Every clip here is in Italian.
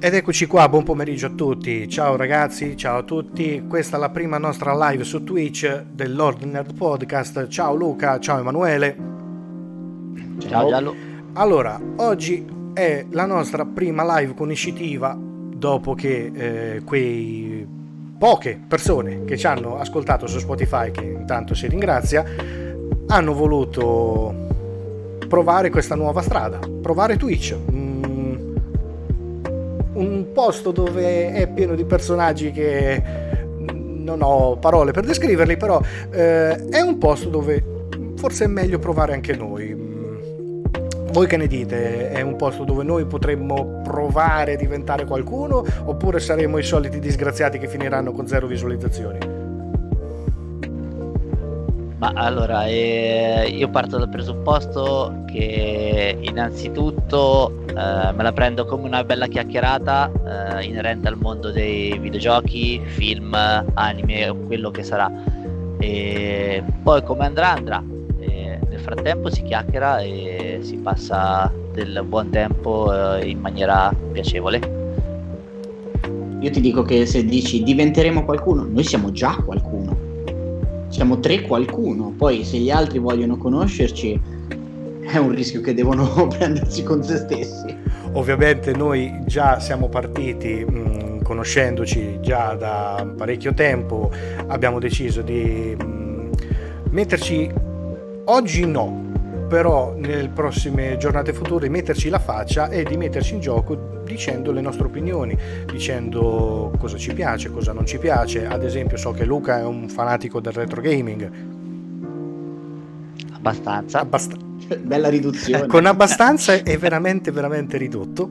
Ed eccoci qua, buon pomeriggio a tutti, ciao ragazzi, ciao a tutti, questa è la prima nostra live su Twitch del Lord Nerd Podcast. Ciao Luca, ciao Emanuele. Ciao Giallo. Allora, oggi è la nostra prima live conoscitiva dopo che quei poche persone che ci hanno ascoltato su Spotify, che intanto si ringrazia, hanno voluto provare questa nuova strada, provare Twitch. Un posto dove è pieno di personaggi che non ho parole per descriverli, però è un posto dove forse è meglio provare anche noi. Voi che ne dite? È un posto dove noi potremmo provare a diventare qualcuno, oppure saremo i soliti disgraziati che finiranno con 0 visualizzazioni? Ma allora, io parto dal presupposto che innanzitutto me la prendo come una bella chiacchierata inerente al mondo dei videogiochi, film, anime o quello che sarà. E poi come andrà. Nel frattempo si chiacchiera e si passa del buon tempo in maniera piacevole. Io ti dico che se dici diventeremo qualcuno, noi siamo già qualcuno. Siamo 3 qualcuno, poi se gli altri vogliono conoscerci è un rischio che devono prendersi con se stessi. Ovviamente noi già siamo partiti conoscendoci già da parecchio tempo, abbiamo deciso di metterci, oggi no, però nelle prossime giornate future metterci la faccia e di metterci in gioco dicendo le nostre opinioni, dicendo cosa ci piace, cosa non ci piace. Ad esempio so che Luca è un fanatico del retro gaming. Abbastanza. Bella riduzione. Con abbastanza è veramente ridotto.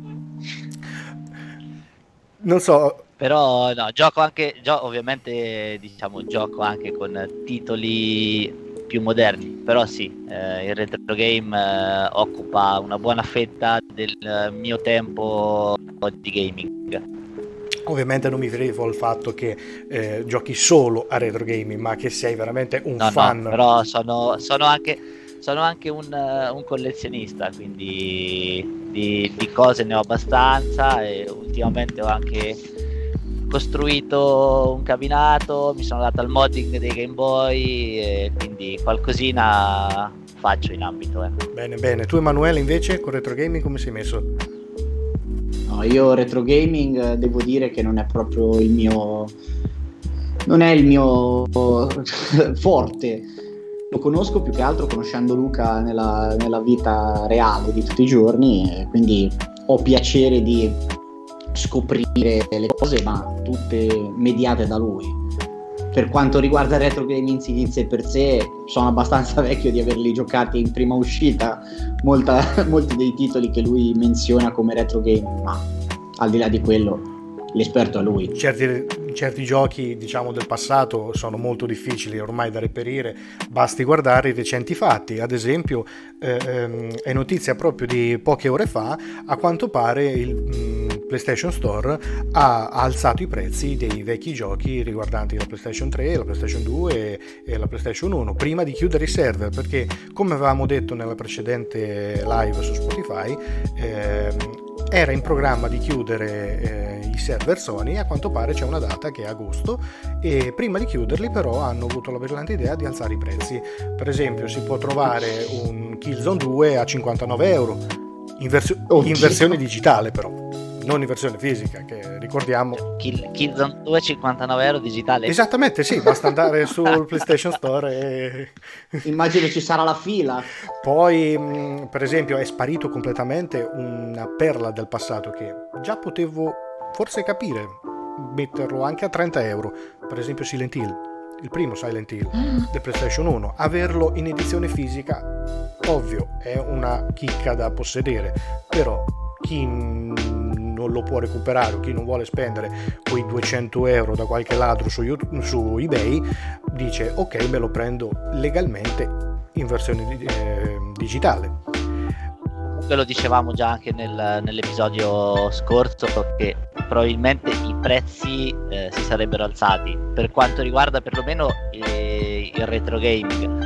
Non so. Però no, ovviamente diciamo gioco anche con titoli più moderni, però sì, il retro game occupa una buona fetta del mio tempo di gaming. Ovviamente non mi riferivo al fatto che giochi solo a retro gaming, ma che sei veramente un fan. No, però sono anche un collezionista, quindi di cose ne ho abbastanza e ultimamente ho anche costruito un cabinato, mi sono dato al modding dei Game Boy e quindi qualcosina faccio in ambito. Bene. Tu Emanuele invece con retro gaming come sei messo? No, io retro gaming devo dire che non è proprio il mio forte. Lo conosco più che altro conoscendo Luca nella vita reale di tutti i giorni, e quindi ho piacere di scoprire le cose, ma tutte mediate da lui. Per quanto riguarda il retro gaming in sé per sé, sono abbastanza vecchio di averli giocati in prima uscita, molti dei titoli che lui menziona come retro gaming, ma al di là di quello l'esperto è lui. Certi giochi, diciamo, del passato sono molto difficili ormai da reperire, basti guardare i recenti fatti. Ad esempio è notizia proprio di poche ore fa, a quanto pare il PlayStation Store ha alzato i prezzi dei vecchi giochi riguardanti la PlayStation 3, la PlayStation 2 e la PlayStation 1 prima di chiudere i server, perché come avevamo detto nella precedente live su Spotify era in programma di chiudere i server Sony. A quanto pare c'è una data che è agosto, e prima di chiuderli però hanno avuto la brillante idea di alzare i prezzi. Per esempio si può trovare un Killzone 2 a 59 euro in versione digitale, però non in versione fisica, che ricordiamo Killzone 2 59 euro digitale. Esattamente, sì, basta andare sul PlayStation Store e immagino ci sarà la fila. Poi per esempio è sparito completamente una perla del passato che già potevo forse capire metterlo anche a 30 euro, per esempio Silent Hill, il primo Silent Hill del PlayStation 1. Averlo in edizione fisica, ovvio, è una chicca da possedere, però chi non lo può recuperare o chi non vuole spendere quei 200 euro da qualche ladro su eBay dice ok, me lo prendo legalmente in versione digitale. Ve lo dicevamo già anche nell'episodio scorso che probabilmente i prezzi si sarebbero alzati per quanto riguarda perlomeno il retro gaming,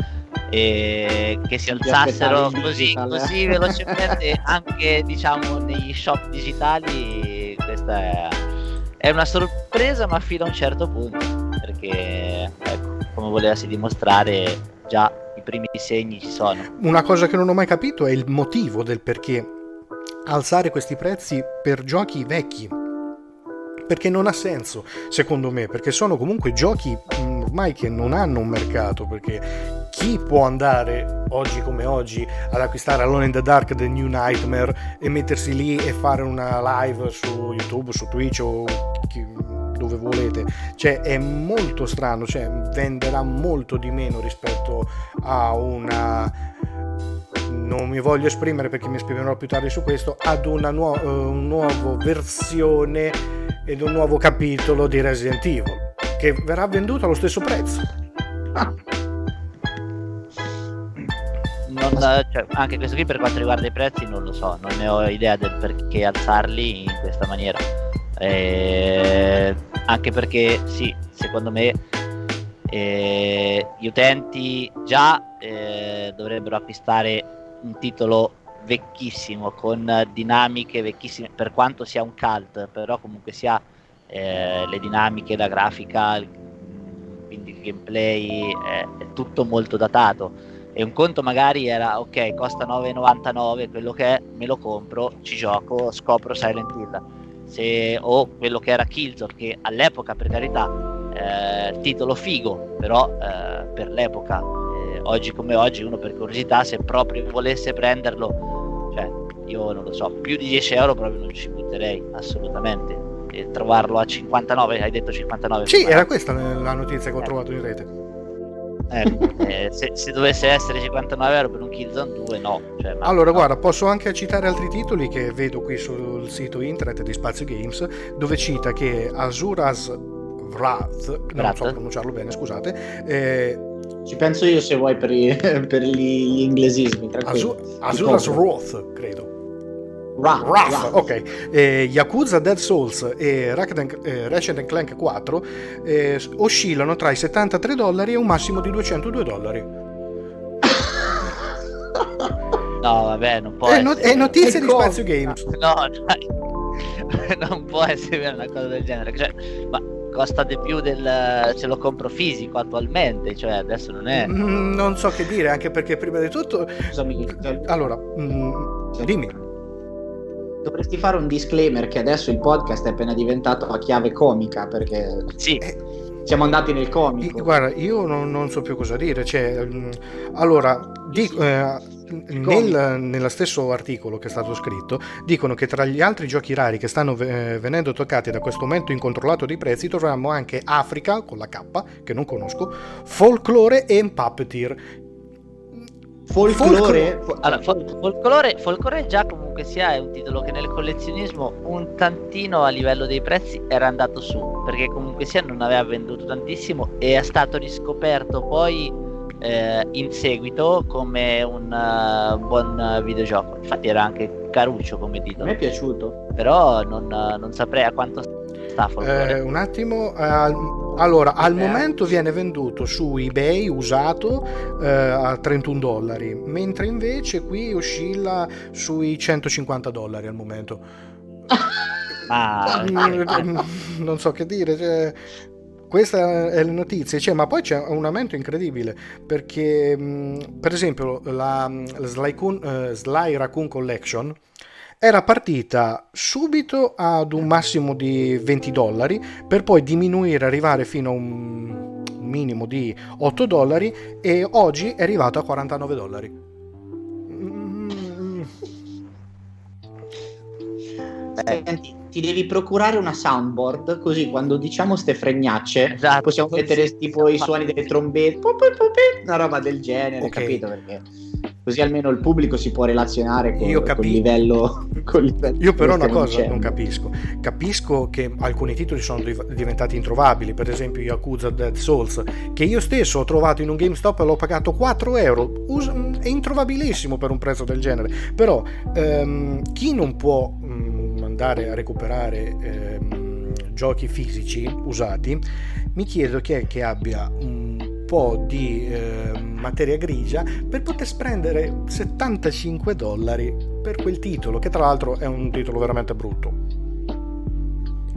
e che si alzassero così velocemente anche diciamo negli shop digitali. questa è una sorpresa, ma fino a un certo punto, perché ecco, come volevasi dimostrare, già i primi segni ci sono. Una cosa che non ho mai capito è il motivo del perché alzare questi prezzi per giochi vecchi, perché non ha senso secondo me, perché sono comunque giochi ormai che non hanno un mercato, perché chi può andare oggi come oggi ad acquistare Alone in the Dark The New Nightmare e mettersi lì e fare una live su YouTube, su Twitch o dove volete? Cioè è molto strano, cioè venderà molto di meno rispetto a una, non mi voglio esprimere perché mi esprimerò più tardi su questo, ad una nuova versione ed un nuovo capitolo di Resident Evil che verrà venduto allo stesso prezzo. Cioè, anche questo qui per quanto riguarda i prezzi non lo so, non ne ho idea del perché alzarli in questa maniera, anche perché sì, secondo me gli utenti già dovrebbero acquistare un titolo vecchissimo con dinamiche vecchissime, per quanto sia un cult, però comunque sia le dinamiche, la grafica, quindi il gameplay è tutto molto datato. E un conto magari era ok, costa 9,99, quello che è, me lo compro, ci gioco, scopro Silent Hill, o quello che era Killzone, che all'epoca per carità titolo figo, però per l'epoca, oggi come oggi uno per curiosità, se proprio volesse prenderlo, cioè io non lo so, più di 10 euro proprio non ci butterei assolutamente, e trovarlo a 59, hai detto 59? Sì, era questa la notizia che ho trovato in rete. Se dovesse essere 59 euro per un Killzone 2, no, cioè, allora no. Guarda, posso anche citare altri titoli che vedo qui sul sito internet di Spazio Games, dove cita che Asura's Wrath, non so pronunciarlo bene, scusate, ci penso io se vuoi per gli inglesismi. Asura's Wrath, credo. Wrath. Ok. Yakuza Dead Souls e Ratchet Clank 4 oscillano tra i $73 e un massimo di $202. No, vabbè, non può è notizia di Spazio Games. No, dai. Non può essere una cosa del genere, cioè, ma costa di più se lo compro fisico attualmente, cioè adesso non è, non so che dire, anche perché prima di tutto, scusami, allora dimmi. Dovresti fare un disclaimer che adesso il podcast è appena diventato a chiave comica, perché sì, siamo andati nel comico. Guarda, io non so più cosa dire, cioè, allora nello stesso articolo che è stato scritto dicono che tra gli altri giochi rari che stanno venendo toccati da questo aumento incontrollato dei prezzi troviamo anche Africa con la K, che non conosco, Folklore e Puppeteer. Folklore già comunque sia è un titolo che nel collezionismo un tantino a livello dei prezzi era andato su, perché comunque sia non aveva venduto tantissimo e è stato riscoperto poi in seguito come un buon videogioco, infatti era anche caruccio come titolo. Mi è piaciuto, però non saprei a quanto sta Folklore. Un attimo, allora al momento viene venduto su eBay usato a $31, mentre invece qui oscilla sui $150 al momento. Non so che dire, cioè, questa è la notizia, cioè, ma poi c'è un aumento incredibile perché per esempio la Sly Raccoon Collection era partita subito ad un massimo di $20 per poi diminuire, arrivare fino a un minimo di $8 e oggi è arrivato a $49. Senti, ti devi procurare una soundboard, così quando diciamo ste fregnacce, esatto, possiamo mettere tipo i suoni delle trombette, una roba del genere, okay. Capito? Perché così almeno il pubblico si può relazionare con il livello. Io però una cosa non capisco che alcuni titoli sono diventati introvabili, per esempio Yakuza Dead Souls, che io stesso ho trovato in un GameStop e l'ho pagato €4, è introvabilissimo per un prezzo del genere, però chi non può andare a recuperare giochi fisici usati, mi chiedo chi è che abbia un po' di materia grigia per poter spendere $75 per quel titolo, che tra l'altro è un titolo veramente brutto.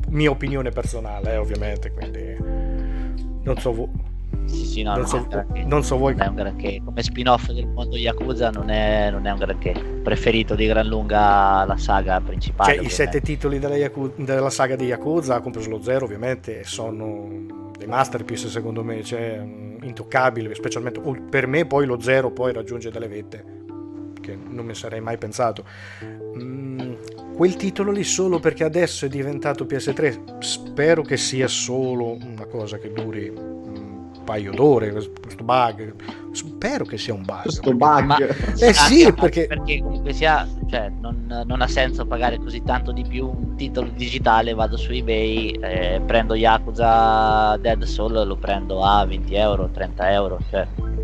mia opinione personale, ovviamente, quindi non so Sì, no, non so voi. Non è un granché. Come spin-off del mondo Yakuza non è un granché. Preferito di gran lunga la saga principale. Cioè, i 7 titoli della saga di Yakuza, compreso lo 0 ovviamente, sono dei masterpiece secondo me, cioè intoccabili, specialmente per me poi lo 0 poi raggiunge delle vette che non mi sarei mai pensato. Quel titolo lì solo perché adesso è diventato PS3, spero che sia solo una cosa che duri un paio d'ore, questo bug, spero che sia un bug. Questo bug. Ma, sì, perché comunque sia, cioè, non ha senso pagare così tanto di più un titolo digitale. Vado su eBay, prendo Yakuza Dead Soul, lo prendo a 20 euro, 30 euro, cioè.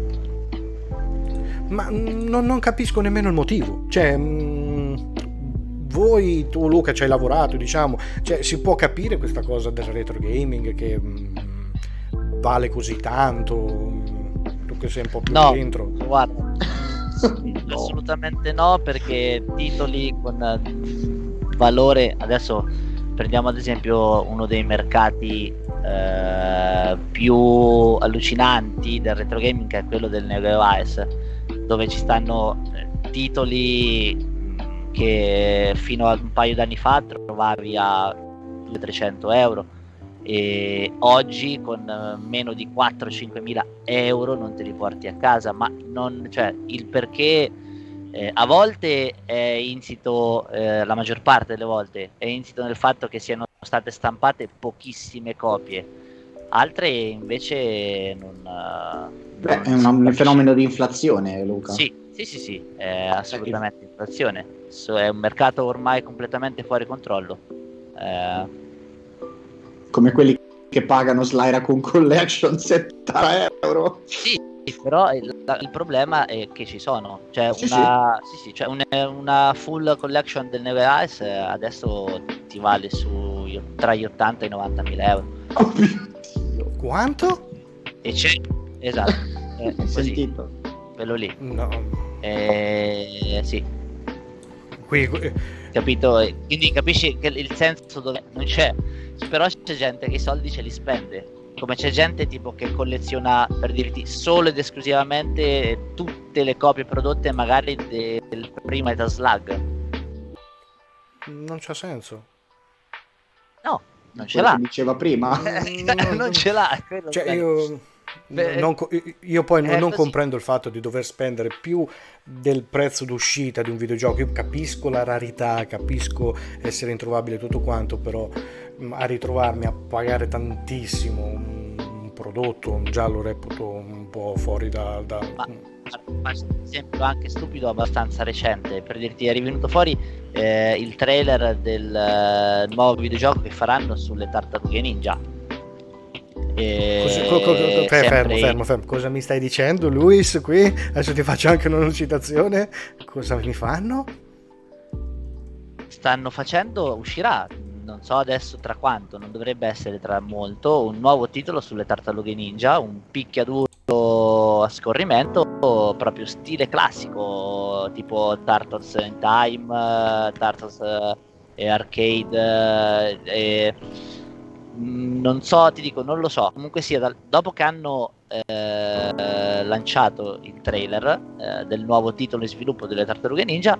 Ma non capisco nemmeno il motivo, cioè voi, tu Luca, ci hai lavorato, diciamo, cioè si può capire questa cosa del retro gaming che vale così tanto, tu che sei un po' più dentro. Guarda, assolutamente no, perché titoli con valore, adesso prendiamo ad esempio uno dei mercati più allucinanti del retro gaming, che è quello del Neo Ice, dove ci stanno titoli che fino a un paio d'anni fa trovavi a 200-300 euro, e oggi con meno di 4-5 mila euro non te li porti a casa. Ma non, cioè, il perché a volte è insito, la maggior parte delle volte è insito nel fatto che siano state stampate pochissime copie, altre invece non è un fenomeno di inflazione, Luca. Sì, è assolutamente inflazione. È un mercato ormai completamente fuori controllo. Come quelli che pagano Sly Raccoon Collection 70 euro. Sì, però il problema è che ci sono, cioè cioè una full collection del Neve Ice adesso ti vale tra gli 80 e i 90 mila euro. Oh mio Dio. Quanto? E c'è, esatto, Hai così, sentito? quello lì. No. Sì. Qui, Capito? Quindi capisci che il senso dove non c'è. Però c'è gente che i soldi ce li spende, come c'è gente tipo che colleziona, per dirti, solo ed esclusivamente tutte le copie prodotte magari del primo Metal Slug. Non c'ha senso. No, non ce l'ha. Che diceva prima. Non ce l'ha. Cioè, io poi non comprendo il fatto di dover spendere più del prezzo d'uscita di un videogioco. Io capisco la rarità, capisco essere introvabile tutto quanto, però a ritrovarmi a pagare tantissimo un prodotto già lo reputo un po' fuori da... Faccio un esempio anche stupido abbastanza recente, per dirti, è rivenuto fuori il trailer del nuovo videogioco che faranno sulle tartarughe ninja. Fermo. Cosa mi stai dicendo, Luis? Qui adesso ti faccio anche una citazione. Cosa mi fanno? Stanno facendo, uscirà, non so adesso tra quanto, non dovrebbe essere tra molto, un nuovo titolo sulle tartarughe ninja, un picchiaduro a scorrimento proprio stile classico, tipo Turtles in Time, Turtles Arcade, non so, ti dico, non lo so. Comunque sia, dopo che hanno lanciato il trailer del nuovo titolo in sviluppo delle tartarughe ninja,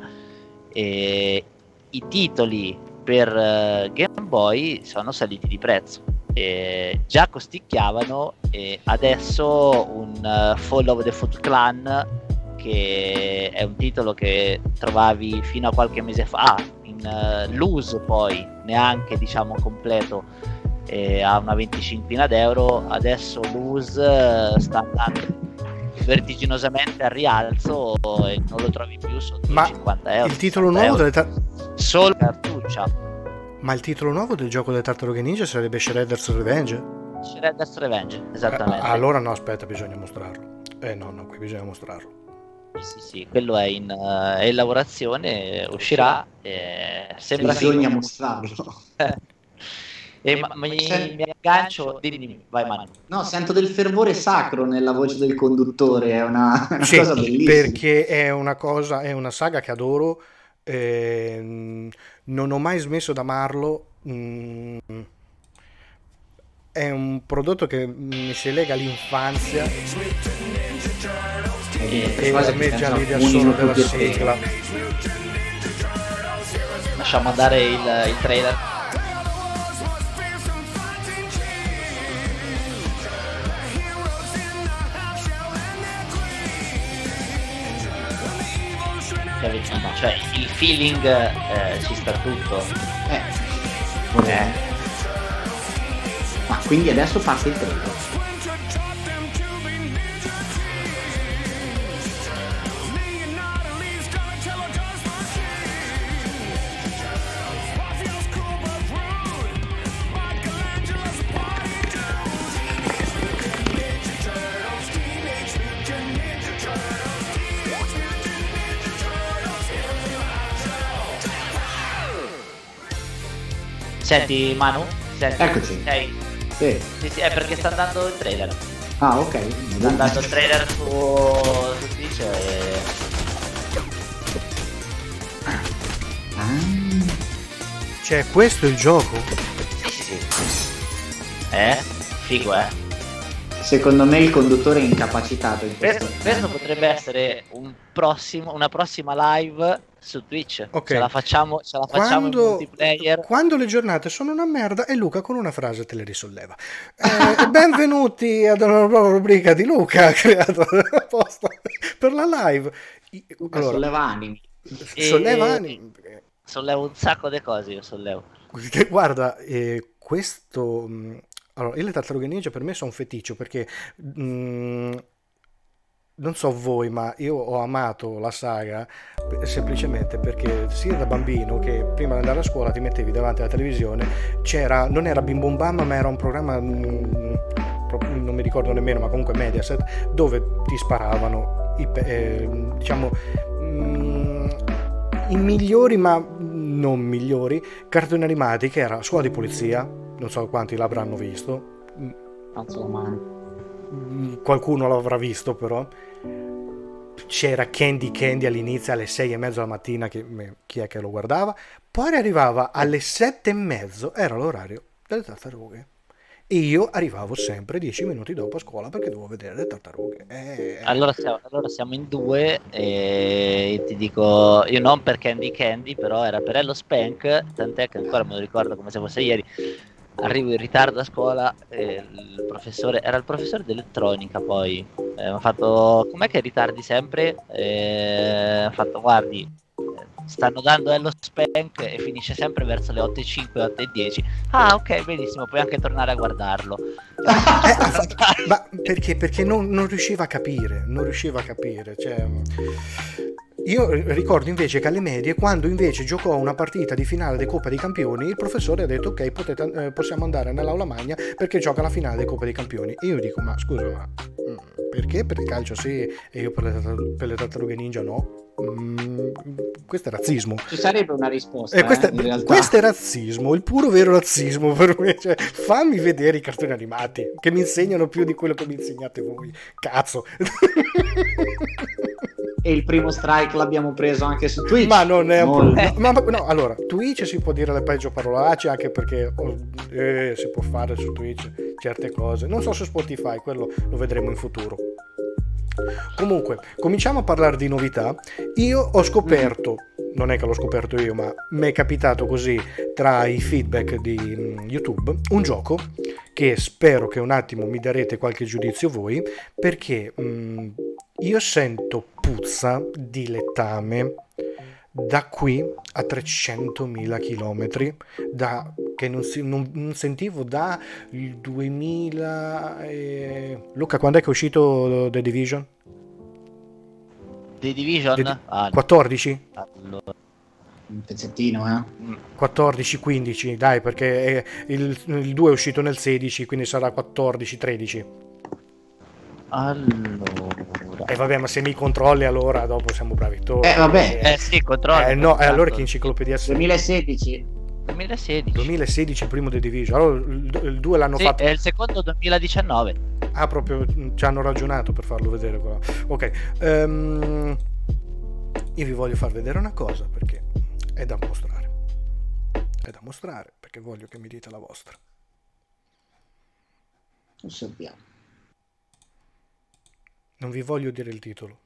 i titoli per Game Boy sono saliti di prezzo, già costicchiavano, e adesso un Fall of the Foot Clan, che è un titolo che trovavi fino a qualche mese fa in loose, poi neanche diciamo completo, a una 25 d'euro, adesso loose sta andando vertiginosamente al rialzo e non lo trovi più sotto i 50 euro. Il titolo nuovo solo cartuccia. Ma il titolo nuovo del gioco delle tartarughe ninja sarebbe Shredder's Revenge? Shredder's Revenge, esattamente. Allora no, aspetta, bisogna mostrarlo. No, qui bisogna mostrarlo. Sì, quello è in elaborazione, uscirà. Sembra bisogna mostrarlo. Mi aggancio, dimmi, vai Manu. No, sento del fervore sacro nella voce del conduttore, è una cosa bellissima. Perché è una saga che adoro, non ho mai smesso di amarlo, è un prodotto che mi si lega all'infanzia e a me già l'idea solo della sigla. Lasciamo andare il trailer. Cioè il feeling ci sta tutto. Ma quindi adesso parte il trailer. Senti Manu? Senti, Eccoci. Sì. Sì, è perché sta andando il trailer. Ah, ok. Sta andando il trailer su Twitch e... Cioè, questo è il gioco? Sì. Figo, Secondo me il conduttore è incapacitato in Questo potrebbe essere una prossima live su Twitch. Ok. Ce la facciamo in multiplayer. Quando le giornate sono una merda e Luca con una frase te le risolleva. Benvenuti ad una nuova rubrica di Luca creata apposta per la live. Allora, solleva animi. Solleva animi. Sollevo un sacco di cose, io sollevo. Guarda, questo... Allora, io le tartarughe ninja per me sono un feticcio perché... non so voi, ma io ho amato la saga semplicemente perché sia da bambino che prima di andare a scuola ti mettevi davanti alla televisione, non era Bim Bom Bam, ma era un programma, non mi ricordo nemmeno, ma comunque Mediaset, dove ti sparavano i migliori, ma non migliori, cartoni animati, che era Scuola di Polizia, non so quanti l'avranno visto. Alzo la mano. Qualcuno l'avrà visto, però c'era Candy all'inizio alle 6:30 della mattina, chi è che lo guardava? Poi arrivava alle 7:30, era l'orario delle tartarughe e io arrivavo sempre 10 minuti dopo a scuola perché dovevo vedere le tartarughe. Allora siamo in due e ti dico, io non per Candy, però era per Ello Spank, tant'è che ancora me lo ricordo come se fosse ieri. Arrivo in ritardo a scuola e era il professore d'elettronica, poi mi ha fatto: com'è che ritardi sempre? Ha fatto: guardi, stanno dando Ello Spank e finisce sempre verso le 8:05, 8:10. Ah, ok, benissimo, puoi anche tornare a guardarlo. Ma perché non riusciva a capire, cioè... Io ricordo invece che alle medie, quando invece giocò una partita di finale di Coppa dei Campioni, il professore ha detto: ok, possiamo andare nell'aula magna perché gioca la finale di Coppa dei Campioni. E io dico: ma scusa, ma perché per il calcio sì e io per le tartarughe ninja no? Questo è razzismo. Ci sarebbe una risposta. Questo è razzismo, il puro vero razzismo per me. Cioè, fammi vedere i cartoni animati che mi insegnano più di quello che mi insegnate voi. Cazzo. E il primo strike l'abbiamo preso anche su Twitch. Ma non è no, allora, Twitch si può dire le peggio parolacce, anche perché si può fare su Twitch certe cose. Non so su Spotify, quello lo vedremo in futuro. Comunque, cominciamo a parlare di novità. Io ho scoperto, non è che l'ho scoperto io, ma mi è capitato così tra i feedback di YouTube, un gioco che spero che un attimo mi darete qualche giudizio voi, perché io sento puzza di letame da qui a 300.000 chilometri, che non sentivo da il 2000 Luca, quando è che è uscito The Division? The Division? 14? Allora. Un pezzettino, 14-15, dai, perché il 2 è uscito nel 16, quindi sarà 14-13. Allora. Vabbè, ma se mi controlli allora dopo siamo bravi. Vabbè. Sì, controlli. No, allora che enciclopedia 2016. 2016. Il primo The Division. Allora il 2 l'hanno fatto. E il secondo 2019. Ah, proprio ci hanno ragionato per farlo vedere qua. Ok. Io vi voglio far vedere una cosa perché è da mostrare. Perché voglio che mi dite la vostra. Osserviamo. Non vi voglio dire il titolo.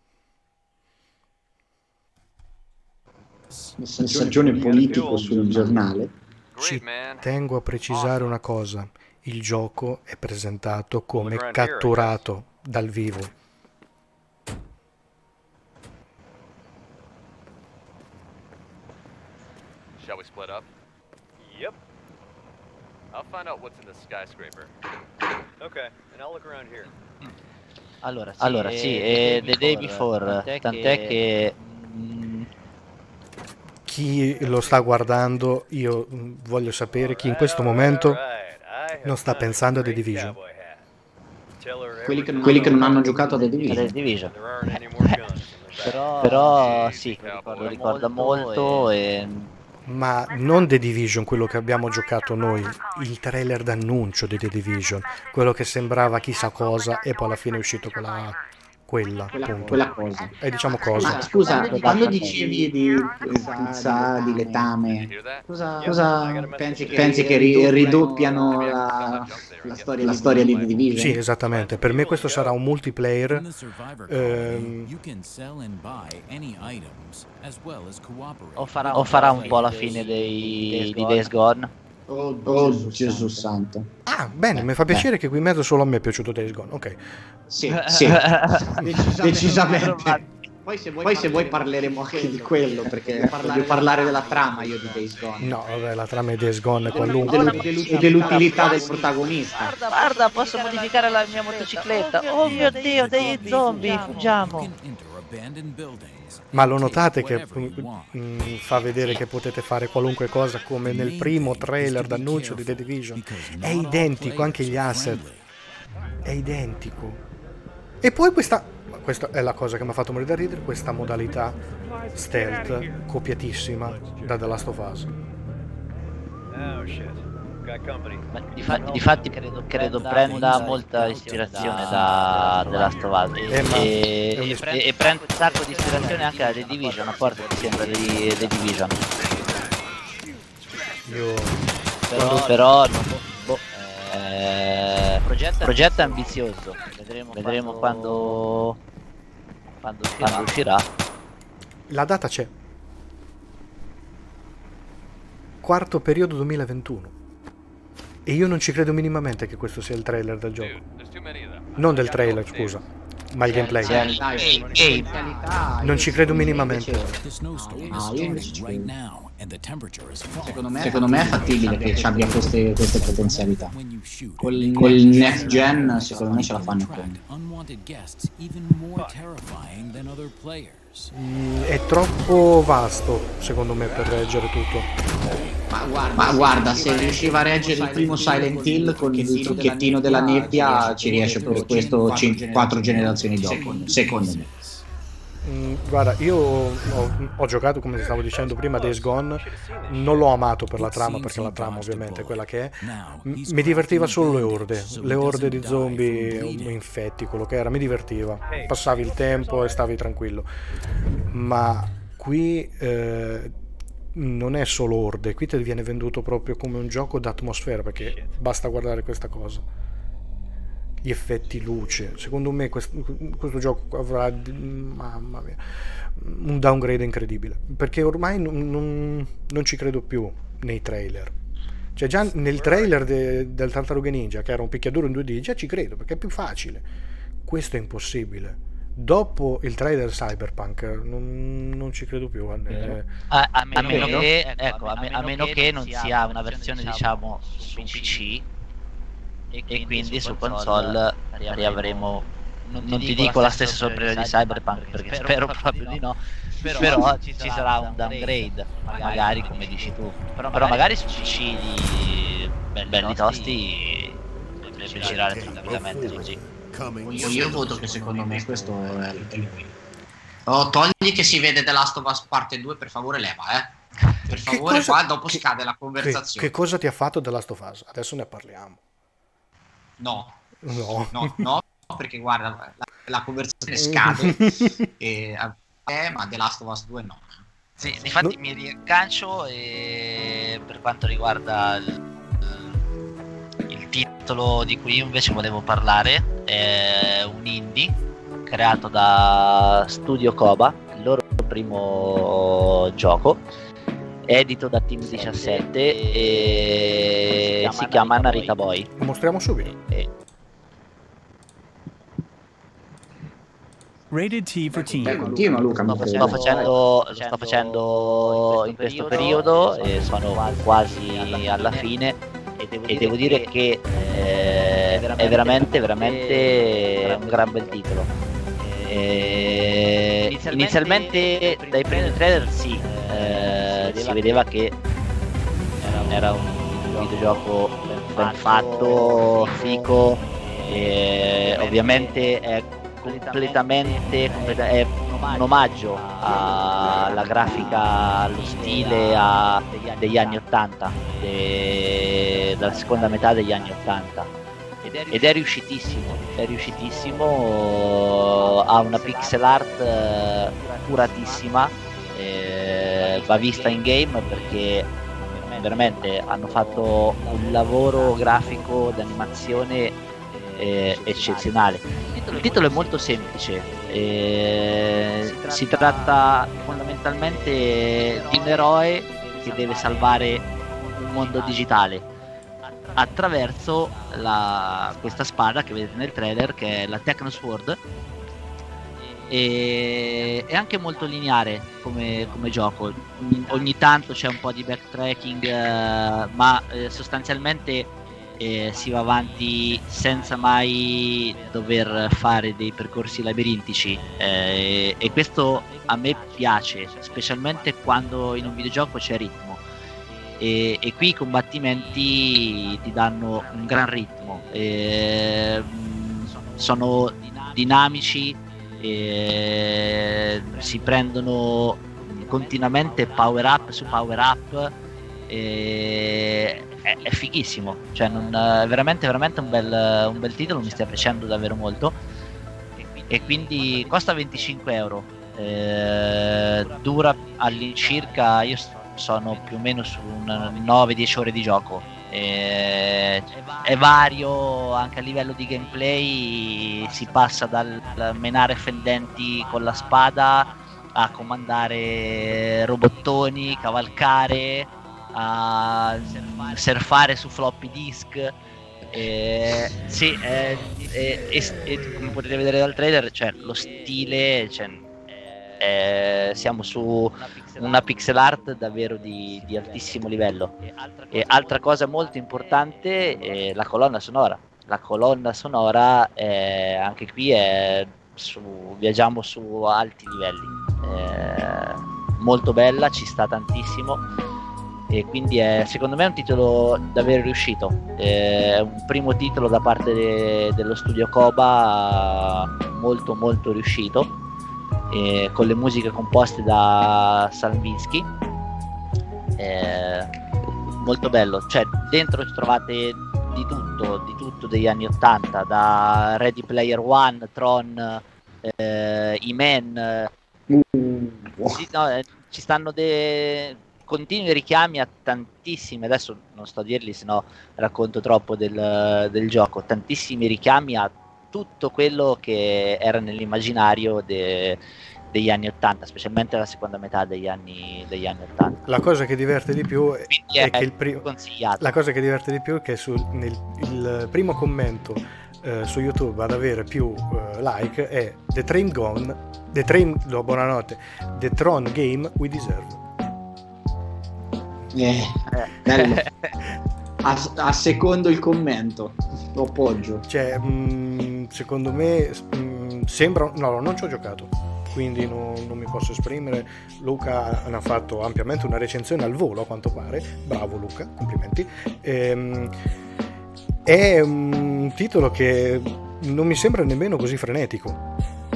Messaggio politico sul giornale. Ci tengo a precisare una cosa. Il gioco è presentato come catturato dal vivo. Shall we split up? Yep. I'll find out what's in the skyscraper. Okay, and I'll look around here. Allora sì, The Day Before, tant'è che Chi lo sta guardando, io voglio sapere chi in questo momento non sta pensando a The Division. Quelli che non hanno giocato a The Division. The Division. There aren't any more guns. Però sì, lo ricorda molto e Ma non The Division, quello che abbiamo giocato noi, il trailer d'annuncio di The Division, quello che sembrava chissà cosa e poi alla fine è uscito quella appunto. Quella cosa. E diciamo cosa. Ah, scusa, quando dicevi di pizza, di letame, cosa pensi che ridoppiano la storia di The Division? Sì, esattamente. Per me questo sarà un multiplayer. o farà un po' la fine di Days Gone. Oh, Gesù santo. Ah, bene, mi fa piacere che qui in mezzo solo a me è piaciuto Days Gone. Ok. Sì, decisamente. Poi se vuoi parleremo anche di quello, perché voglio parlare della trama io di Days Gone. No, vabbè, la trama è Days Gone qualunque. E dell'utilità del protagonista. Guarda, posso modificare la mia motocicletta. Oh mio Dio, dei zombie, fuggiamo. Ma lo notate che fa vedere che potete fare qualunque cosa come nel primo trailer d'annuncio di The Division. È identico, anche gli asset. È identico. E poi questa è la cosa che mi ha fatto morire da ridere, questa modalità stealth copiatissima da The Last of Us. Oh shit. Got company. Ma difatti credo prenda molta ispirazione da The Last of Us e prende un sacco di ispirazione anche da The Division, a parte che sembra di The Division. Però progetto ambizioso, vedremo quando uscirà. La data c'è. Quarto periodo 2021. E io non ci credo minimamente che questo sia il trailer del gioco. Non del trailer, scusa, ma il gameplay. Non ci credo minimamente. Ah, io invece ci credo. Secondo me è fattibile che ci abbia queste potenzialità. Col next gen secondo me ce la fanno con. È troppo vasto, secondo me, per reggere tutto. Ma guarda, se riusciva a reggere il primo Silent Hill con il trucchettino della nebbia, ci riesce per questo 4 generazioni dopo, secondo me. Guarda, io ho giocato, come stavo dicendo prima, Days Gone. Non l'ho amato per la trama, perché la trama ovviamente è quella che è. Mi divertiva solo le orde di zombie infetti, quello che era, mi divertiva. Passavi il tempo e stavi tranquillo. Ma qui non è solo orde, qui ti viene venduto proprio come un gioco d'atmosfera, perché basta guardare questa cosa. Gli effetti luce, secondo me questo gioco avrà, mamma mia, un downgrade incredibile, perché ormai non ci credo più nei trailer. Cioè già nel trailer del Tartarughe Ninja, che era un picchiaduro in 2D, già ci credo perché è più facile. Questo è impossibile. Dopo il trailer Cyberpunk non ci credo più. A meno che non sia una versione, diciamo, su PC e quindi su console riavremo, non ti dico la stessa sorpresa di Cyberpunk, perché spero proprio di no, però ci sarà un downgrade, magari come dici tu, però magari su PC belli tosti potrebbe girare tranquillamente così. Io voto che secondo me questo è lui. Oh, togli che si vede The Last of Us parte 2, per favore, leva, per favore, qua dopo scade la conversazione. Che cosa ti ha fatto The Last of Us? Adesso ne parliamo. No, perché guarda, la conversazione scade, ma The Last of Us 2 no. Sì, infatti mi riaggancio, e per quanto riguarda il titolo di cui io invece volevo parlare è un indie creato da Studio Koba, il loro primo gioco, edito da Team 17 e si chiama Narita Boy. Lo mostriamo subito. Rated T for Teen. Continua Luca. Lo sto facendo in questo periodo e sono quasi alla fine e devo dire che è veramente un gran bel titolo. Inizialmente dai primi trailer si vedeva che era un videogioco ben fatto, fico, e ovviamente è completamente è un omaggio alla grafica, allo stile degli anni 80, della seconda metà degli anni 80, ed è riuscitissimo, ha una pixel art curatissima, va vista in game perché veramente hanno fatto un lavoro grafico d'animazione eccezionale. Il titolo è molto semplice, si tratta fondamentalmente di un eroe che deve salvare un mondo digitale attraverso questa spada che vedete nel trailer, che è la Techno Sword. E è anche molto lineare come gioco, ogni tanto c'è un po' di backtracking, ma sostanzialmente si va avanti senza mai dover fare dei percorsi labirintici, e questo a me piace, specialmente quando in un videogioco c'è ritmo, e qui i combattimenti ti danno un gran ritmo, sono dinamici, si prendono continuamente power up su power up, è fighissimo, cioè è veramente un bel titolo, mi sta piacendo davvero molto, e quindi costa 25 euro, dura all'incirca, io sono più o meno su 9-10 ore di gioco, è vario anche a livello di gameplay, si passa dal menare fendenti con la spada a comandare robottoni, cavalcare, a surfare su floppy disk, sì, come potete vedere dal trailer, cioè lo stile, siamo su una pixel art davvero di altissimo livello. E altra cosa molto importante è la colonna sonora. La colonna sonora anche qui viaggiamo su alti livelli, molto bella, ci sta tantissimo, e quindi secondo me è un titolo davvero riuscito, è un primo titolo da parte dello studio Koba, molto molto riuscito, con le musiche composte da Salvinsky, molto bello, cioè dentro ci trovate di tutto degli anni 80, da Ready Player One, Tron, E-Man, sì, no, ci stanno continui richiami a tantissimi, adesso non sto a dirli sennò racconto troppo del gioco, tantissimi richiami a tutto quello che era nell'immaginario degli anni 80, specialmente la seconda metà degli anni 80. La cosa che diverte di più è che consigliato. La cosa che diverte di più è che il primo commento su YouTube ad avere più like è The Tron Game We Deserve. Bello. A secondo il commento lo appoggio, cioè secondo me sembra, no, non ci ho giocato, quindi non mi posso esprimere. Luca ne ha fatto ampiamente una recensione al volo, a quanto pare. Bravo Luca, complimenti. È un titolo che non mi sembra nemmeno così frenetico.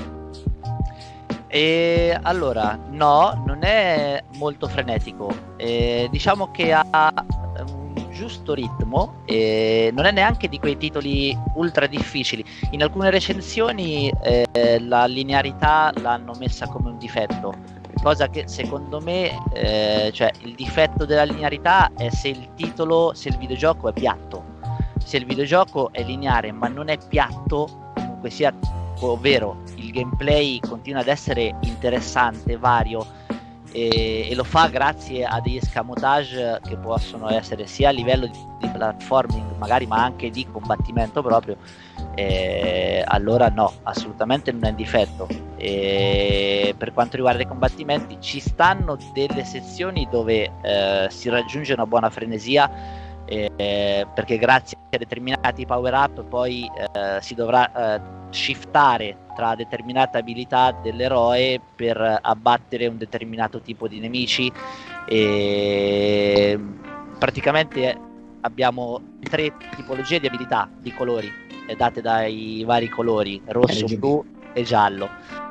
E allora, no, non è molto frenetico, diciamo che ha un giusto ritmo, non è neanche di quei titoli ultra difficili. In alcune recensioni la linearità l'hanno messa come un difetto, cosa che secondo me, cioè il difetto della linearità è se il videogioco è piatto, se il videogioco è lineare ma non è piatto, comunque sia, ovvero il gameplay continua ad essere interessante, vario, e lo fa grazie a degli escamotage che possono essere sia a livello di platforming magari, ma anche di combattimento proprio, allora no, assolutamente non è un difetto. Per quanto riguarda i combattimenti, ci stanno delle sezioni dove si raggiunge una buona frenesia, perché grazie a determinati power up poi si dovrà shiftare tra determinate abilità dell'eroe per abbattere un determinato tipo di nemici, e praticamente abbiamo 3 tipologie di abilità di colori date dai vari colori rosso, blu e giallo,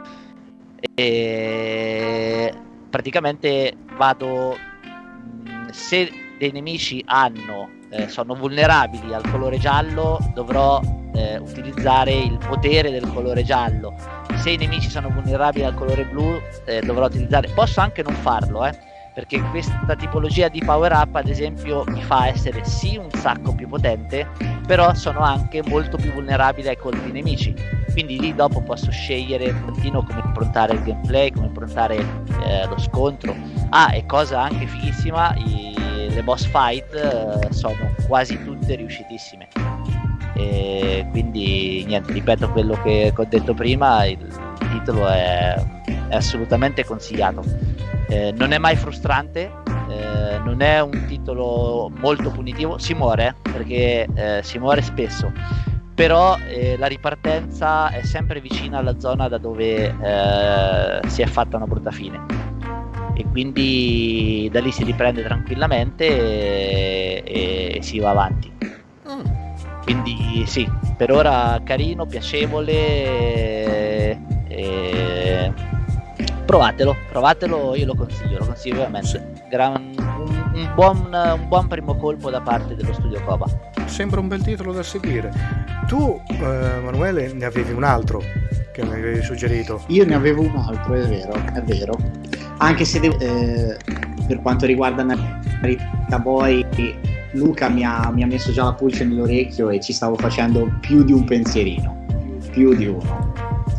e praticamente vado, se dei nemici sono vulnerabili al colore giallo, dovrò utilizzare il potere del colore giallo. Se i nemici sono vulnerabili al colore blu, dovrò utilizzare, posso anche non farlo, perché questa tipologia di power up ad esempio mi fa essere sì un sacco più potente, però sono anche molto più vulnerabile ai colpi nemici, quindi lì dopo posso scegliere un pochino come improntare il gameplay, come improntare lo scontro. E cosa anche fighissima, le boss fight sono quasi tutte riuscitissime, e quindi niente, ripeto quello che ho detto prima, il titolo è assolutamente consigliato, non è mai frustrante, non è un titolo molto punitivo, si muore perché si muore spesso, però la ripartenza è sempre vicina alla zona da dove si è fatta una brutta fine, e quindi da lì si riprende tranquillamente e si va avanti. Quindi sì, per ora carino, piacevole, provatelo, io lo consiglio veramente. Un buon primo colpo da parte dello studio Koba. Sembra un bel titolo da seguire. Tu, Emanuele, ne avevi un altro che mi avevi suggerito. Io ne avevo un altro, è vero. Anche se per quanto riguarda Narita Boy, Luca mi ha messo già la pulce nell'orecchio e ci stavo facendo più di un pensierino, più di uno.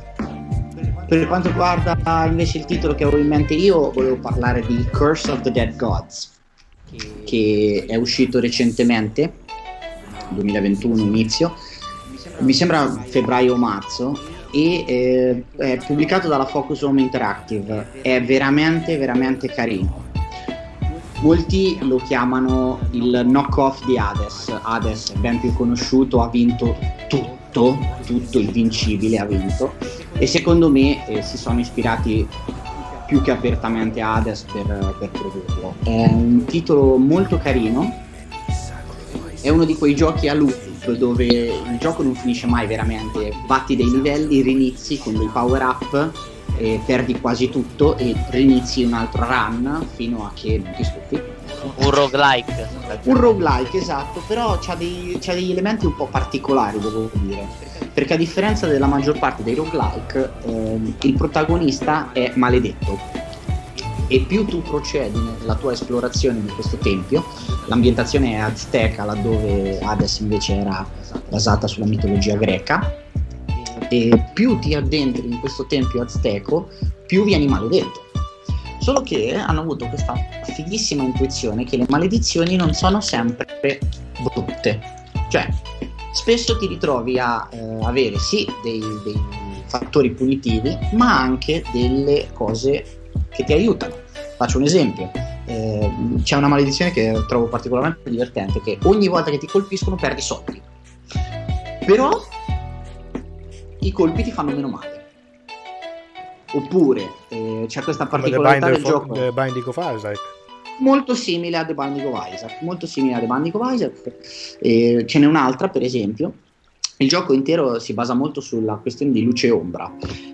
Per quanto riguarda invece il titolo che avevo in mente io, volevo parlare di Curse of the Dead Gods, che è uscito recentemente, 2021 inizio, mi sembra febbraio o marzo, e è pubblicato dalla Focus Home Interactive. È veramente veramente carino. Molti lo chiamano il knock-off di Hades. Hades è ben più conosciuto, ha vinto tutto invincibile ha vinto, e secondo me si sono ispirati più che apertamente a Hades per produrlo. È un titolo molto carino, è uno di quei giochi a loop dove il gioco non finisce mai veramente, batti dei livelli, rinizi con dei power up, perdi quasi tutto e rinizi un altro run fino a che non ti stufi. Un roguelike, esatto, però c'ha degli elementi un po' particolari, devo dire, perché a differenza della maggior parte dei roguelike, il protagonista è maledetto, e più tu procedi nella tua esplorazione di questo tempio, l'ambientazione è azteca, laddove Hades invece era basata sulla mitologia greca, e più ti addentri in questo tempio azteco, più vieni maledetto. Solo che hanno avuto questa fighissima intuizione che le maledizioni non sono sempre brutte, cioè spesso ti ritrovi a avere sì dei fattori punitivi, ma anche delle cose che ti aiutano. Faccio un esempio, c'è una maledizione che trovo particolarmente divertente, che ogni volta che ti colpiscono perdi soldi, però i colpi ti fanno meno male. Oppure c'è questa particolarità del gioco, The Binding of Isaac, molto simile a The Binding of Isaac, ce n'è un'altra, per esempio. Il gioco intero si basa molto sulla questione di luce e ombra.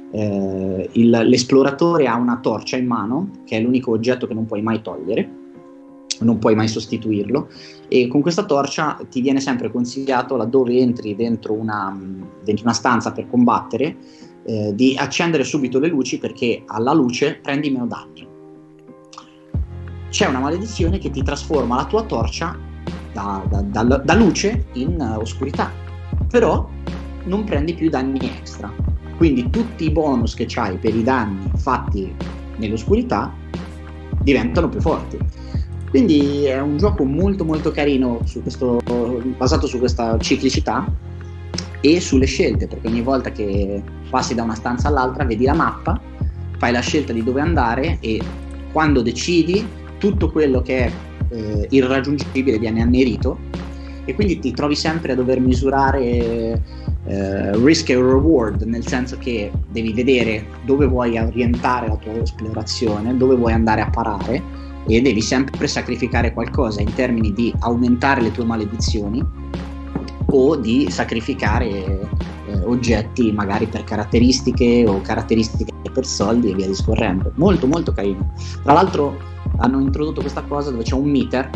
L'esploratore ha una torcia in mano, che è l'unico oggetto che non puoi mai togliere, non puoi mai sostituirlo, e con questa torcia ti viene sempre consigliato, laddove entri dentro una stanza per combattere, di accendere subito le luci, perché alla luce prendi meno danni. C'è una maledizione che ti trasforma la tua torcia da luce in oscurità, però non prendi più danni extra, quindi tutti i bonus che c'hai per i danni fatti nell'oscurità diventano più forti. Quindi è un gioco molto molto carino basato su questa ciclicità e sulle scelte, perché ogni volta che passi da una stanza all'altra vedi la mappa, fai la scelta di dove andare e quando decidi tutto quello che è irraggiungibile viene annerito, e quindi ti trovi sempre a dover misurare risk e reward, nel senso che devi vedere dove vuoi orientare la tua esplorazione, dove vuoi andare a parare, e devi sempre sacrificare qualcosa in termini di aumentare le tue maledizioni o di sacrificare oggetti magari per caratteristiche o caratteristiche per soldi e via discorrendo. Molto molto carino. Tra l'altro hanno introdotto questa cosa dove c'è un meter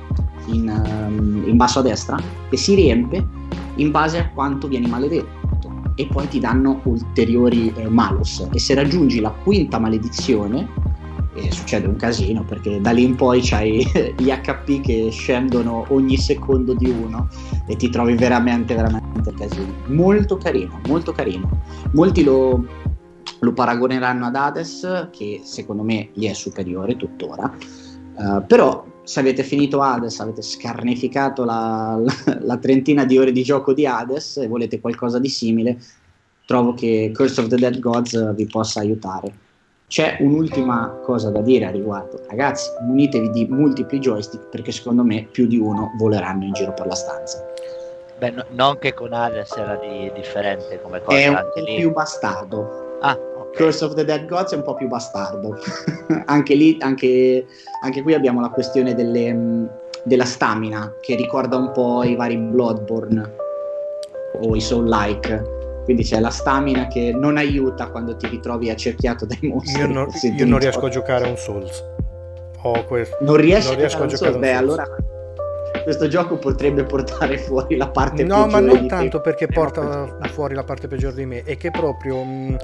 in basso a destra che si riempie in base a quanto vieni maledetto, e poi ti danno ulteriori malus, e se raggiungi la quinta maledizione succede un casino, perché da lì in poi c'hai gli HP che scendono ogni secondo di uno e ti trovi veramente veramente casino. Molto carino, molto carino. Molti lo paragoneranno ad Hades, che secondo me gli è superiore tuttora, però se avete finito Hades, avete scarnificato la trentina di ore di gioco di Hades e volete qualcosa di simile, trovo che Curse of the Dead Gods vi possa aiutare. C'è un'ultima cosa da dire a riguardo: ragazzi, munitevi di multipli joystick, perché secondo me più di uno voleranno in giro per la stanza. Beh, non che con Hades era differente come cosa. È un anche po' lì. più bastardo. Ok. Curse of the Dead Gods è un po' più bastardo. Anche lì, anche qui abbiamo la questione della stamina, che ricorda un po' i vari Bloodborne o i Soul-like. Quindi c'è la stamina che non aiuta quando ti ritrovi accerchiato dai mostri. Io non riesco a giocare a un Souls. Non riesco a giocare a un Souls. Beh, allora questo gioco potrebbe portare fuori la parte peggiore. No, ma non tanto perché porta fuori la parte peggiore di me, è che proprio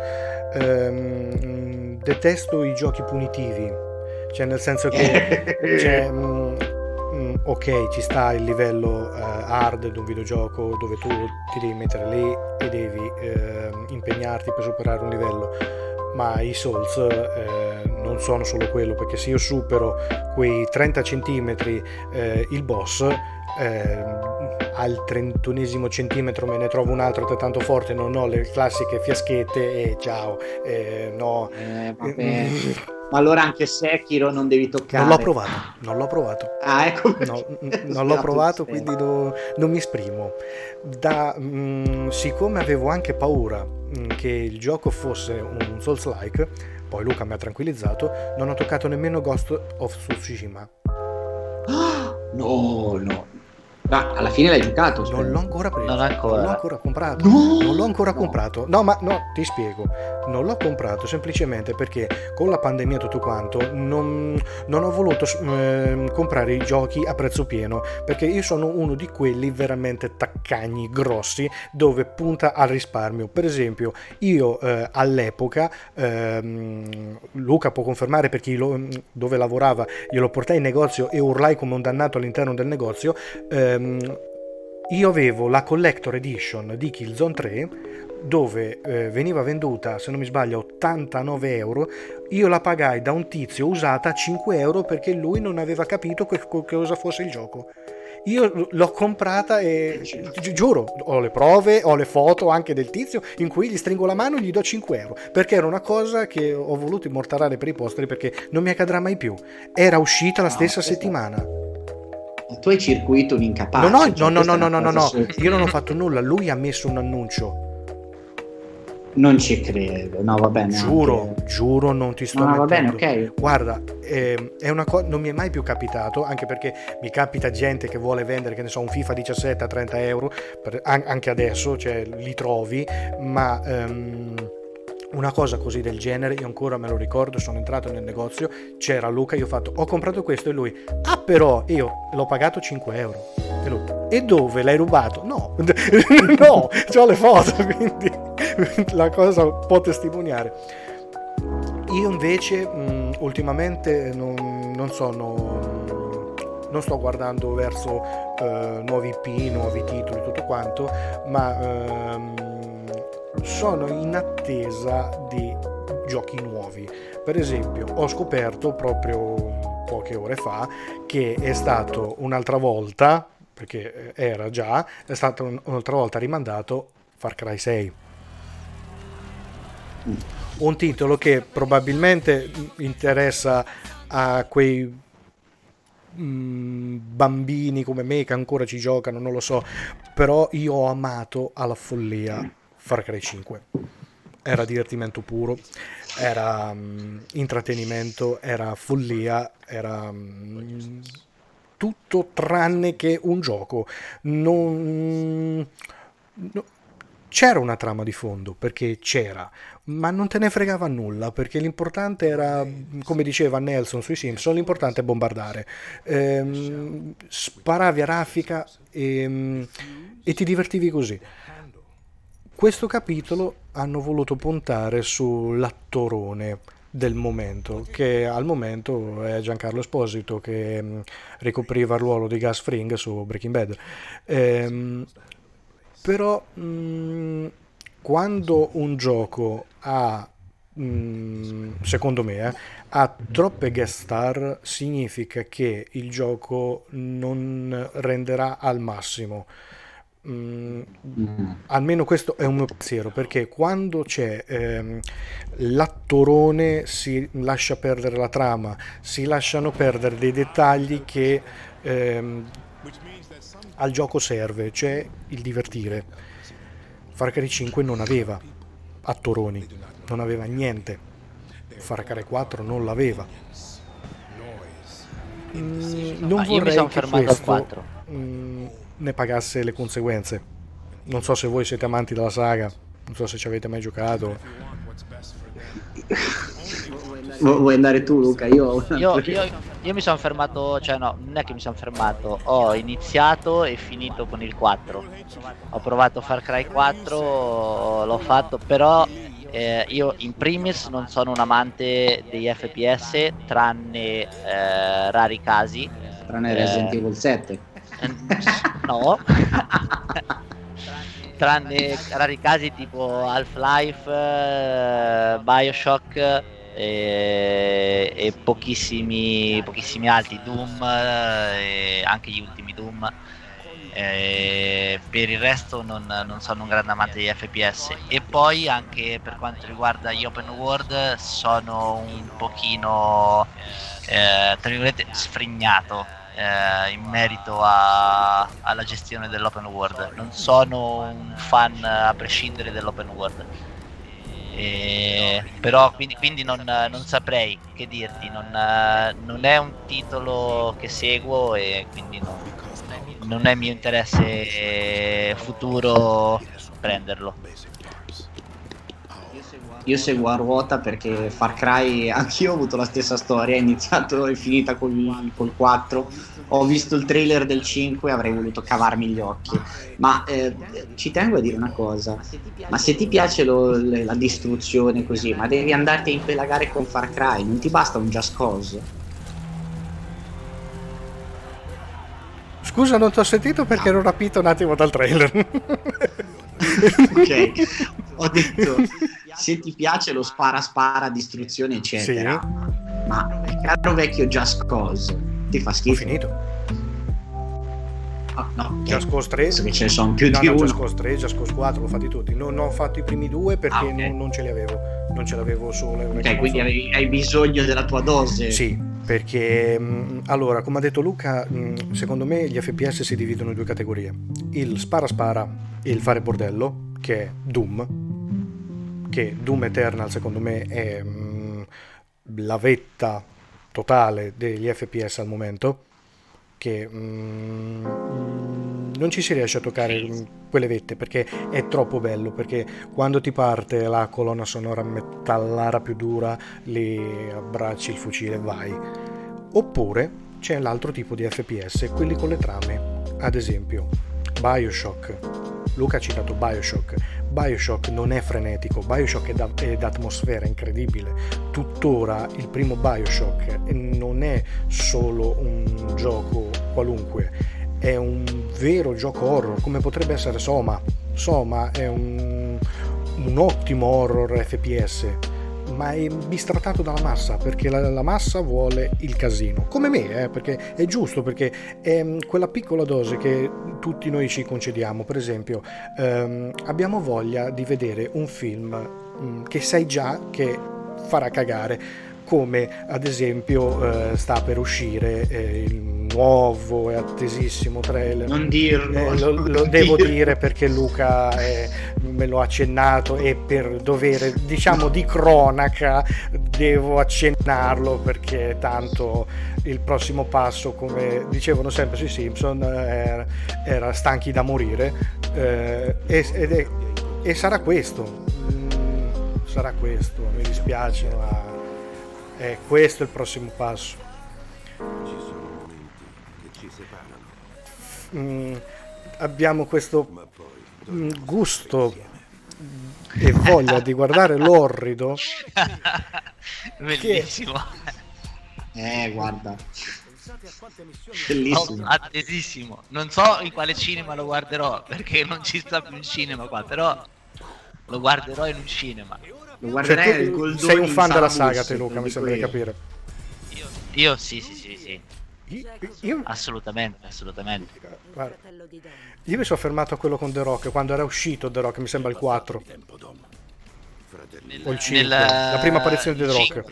detesto i giochi punitivi. Cioè, nel senso che c'è ok, ci sta il livello hard di un videogioco dove tu ti devi mettere lì e devi impegnarti per superare un livello, ma i Souls non sono solo quello, perché se io supero quei 30 centimetri il boss, al 31esimo centimetro me ne trovo un altro altrettanto forte, non ho le classiche fiaschette e ciao, no. Vabbè. Ma allora anche Sekiro non devi toccare. Non l'ho provato. Ah, ecco. Non l'ho provato, quindi non mi esprimo. Siccome avevo anche paura che il gioco fosse un Souls-like, poi Luca mi ha tranquillizzato, non ho toccato nemmeno Ghost of Tsushima. No. Ma alla fine l'hai giocato? Non l'ho ancora preso. Non l'ho ancora comprato. Non l'ho ancora comprato. No, ti spiego. Non l'ho comprato semplicemente perché con la pandemia e tutto quanto non ho voluto comprare i giochi a prezzo pieno, perché io sono uno di quelli veramente taccagni grossi dove punta al risparmio. Per esempio, io all'epoca, Luca può confermare perché dove lavorava io lo portai in negozio e urlai come un dannato all'interno del negozio. Io avevo la Collector Edition di Killzone 3 dove veniva venduta, se non mi sbaglio, 89 euro. Io la pagai da un tizio usata a 5 euro perché lui non aveva capito che cosa fosse il gioco. Io l'ho comprata e giuro, ho le prove, ho le foto anche del tizio in cui gli stringo la mano e gli do 5 euro, perché era una cosa che ho voluto immortalare per i posteri, perché non mi accadrà mai più. Era uscita la stessa settimana. Tu hai circuito un incapace. No, io non ho fatto nulla, lui ha messo un annuncio. Non ci credo, no, va bene. Giuro, non ti sto mettendo. Va bene, ok. Guarda, è una cosa, non mi è mai più capitato, anche perché mi capita gente che vuole vendere, che ne so, un FIFA 17 a 30 euro, anche adesso, cioè li trovi, ma una cosa così del genere, io ancora me lo ricordo, sono entrato nel negozio, c'era Luca, io ho comprato questo, e lui, però io l'ho pagato 5 euro. E lui, e dove l'hai rubato? No, no, c'ho le foto, quindi la cosa può testimoniare. Io invece ultimamente non non sto guardando verso nuovi IP, nuovi titoli, tutto quanto, ma sono in attesa di giochi nuovi. Per esempio, ho scoperto proprio poche ore fa che è stato un'altra volta, perché è stato un'altra volta rimandato Far Cry 6. Un titolo che probabilmente interessa a quei bambini come me che ancora ci giocano, non lo so, però io ho amato alla follia Far Cry 5. Era divertimento puro, era intrattenimento, era follia, era tutto tranne che un gioco. C'era una trama di fondo, perché c'era, ma non te ne fregava nulla, perché l'importante era, come diceva Nelson sui Simpson, l'importante è bombardare. Sparavi a raffica e ti divertivi così. Questo capitolo hanno voluto puntare sull'attorone del momento, che al momento è Giancarlo Esposito, che ricopriva il ruolo di Gus Fring su Breaking Bad. Però quando un gioco ha, secondo me, ha troppe guest star, significa che il gioco non renderà al massimo. Almeno questo è un mio pensiero, perché quando c'è l'attorone si lascia perdere la trama, si lasciano perdere dei dettagli che al gioco serve, cioè il divertire. Far Cry 5 non aveva attoroni, non aveva niente. Far Cry 4 non l'aveva. Non io mi vorrei sono che fermato al questo 4. ne pagasse le conseguenze. Non so se voi siete amanti della saga, non so se ci avete mai giocato. Vuoi andare tu, Luca? Io mi sono fermato, cioè no, non è che mi sono fermato, ho iniziato e finito con il 4. Ho provato Far Cry 4, l'ho fatto, però io in primis non sono un amante degli FPS, tranne rari casi. Tranne Resident Evil 7. No. Tranne rari casi tipo Half-Life, Bioshock e pochissimi altri, Doom, e anche gli ultimi Doom. Per il resto non sono un grande amante di FPS, e poi anche per quanto riguarda gli open world sono un pochino tra virgolette sfregnato in merito alla gestione dell'open world. Non sono un fan a prescindere dell'open world, però quindi non saprei che dirti, non è un titolo che seguo, e quindi non è mio interesse futuro prenderlo. Io seguo a ruota perché Far Cry, anch'io ho avuto la stessa storia, è iniziato e finita col 4, ho visto il trailer del 5 e avrei voluto cavarmi gli occhi, ma ci tengo a dire una cosa, ma se ti piace la distruzione così, ma devi andarti a impelagare con Far Cry, non ti basta un Just Cause? Scusa, non ti ho sentito perché ero rapito un attimo dal trailer. Ok, ho detto, se ti piace lo spara, distruzione eccetera, sì. Ma il caro vecchio Just Cause ti fa schifo? Ho finito. No, Just Cause 3? Che ce ne sono più di uno. Just Cause 3, Just Cause 4 l'ho fatti tutti. Non ho fatto i primi due perché non ce li avevo. Non ce l'avevo solo. Ok, quindi hai bisogno della tua dose. Sì, perché allora, come ha detto Luca, secondo me gli FPS si dividono in due categorie: il spara e il fare bordello, che è Doom, che Doom Eternal secondo me è la vetta totale degli FPS al momento, che non ci si riesce a toccare quelle vette perché è troppo bello, perché quando ti parte la colonna sonora metallara più dura, li abbracci il fucile e vai. Oppure c'è l'altro tipo di FPS, quelli con le trame, ad esempio Bioshock. Luca ha citato Bioshock. BioShock non è frenetico, BioShock è d'atmosfera incredibile. Tuttora il primo BioShock non è solo un gioco qualunque, è un vero gioco horror, come potrebbe essere Soma. Soma è un ottimo horror FPS, ma è bistrattato dalla massa, perché la massa vuole il casino, come me, perché è giusto, perché è quella piccola dose che tutti noi ci concediamo. Per esempio, abbiamo voglia di vedere un film che sai già che farà cagare, come ad esempio sta per uscire il nuovo e attesissimo trailer. Non dirlo, lo devo dire perché Luca me lo ha accennato, e per dovere, diciamo, di cronaca devo accennarlo, perché tanto il prossimo passo, come dicevano sempre sui Simpson, era stanchi da morire, e sarà questo. Sarà questo, mi dispiace, ma è questo il prossimo passo. Ci sono momenti che ci separano. Abbiamo questo Ma poi gusto e voglia di guardare l'orrido. Bellissimo. Guarda, Oh, bellissimo. attesissimo. Non so in quale cinema lo guarderò, perché non ci sta più in cinema qua, però lo guarderò in un cinema. Lo guarderai Cioè, nel tu Goldoni sei un in fan della sala saga, Bus, te, Luca, te lo mi dico sembra di io. capire. Io sì. Io, Assolutamente. guarda, io mi sono fermato a quello con The Rock, quando era uscito The Rock, mi sembra il 4 tempo dopo. Fratelli, o il 5, la prima apparizione di The Rock,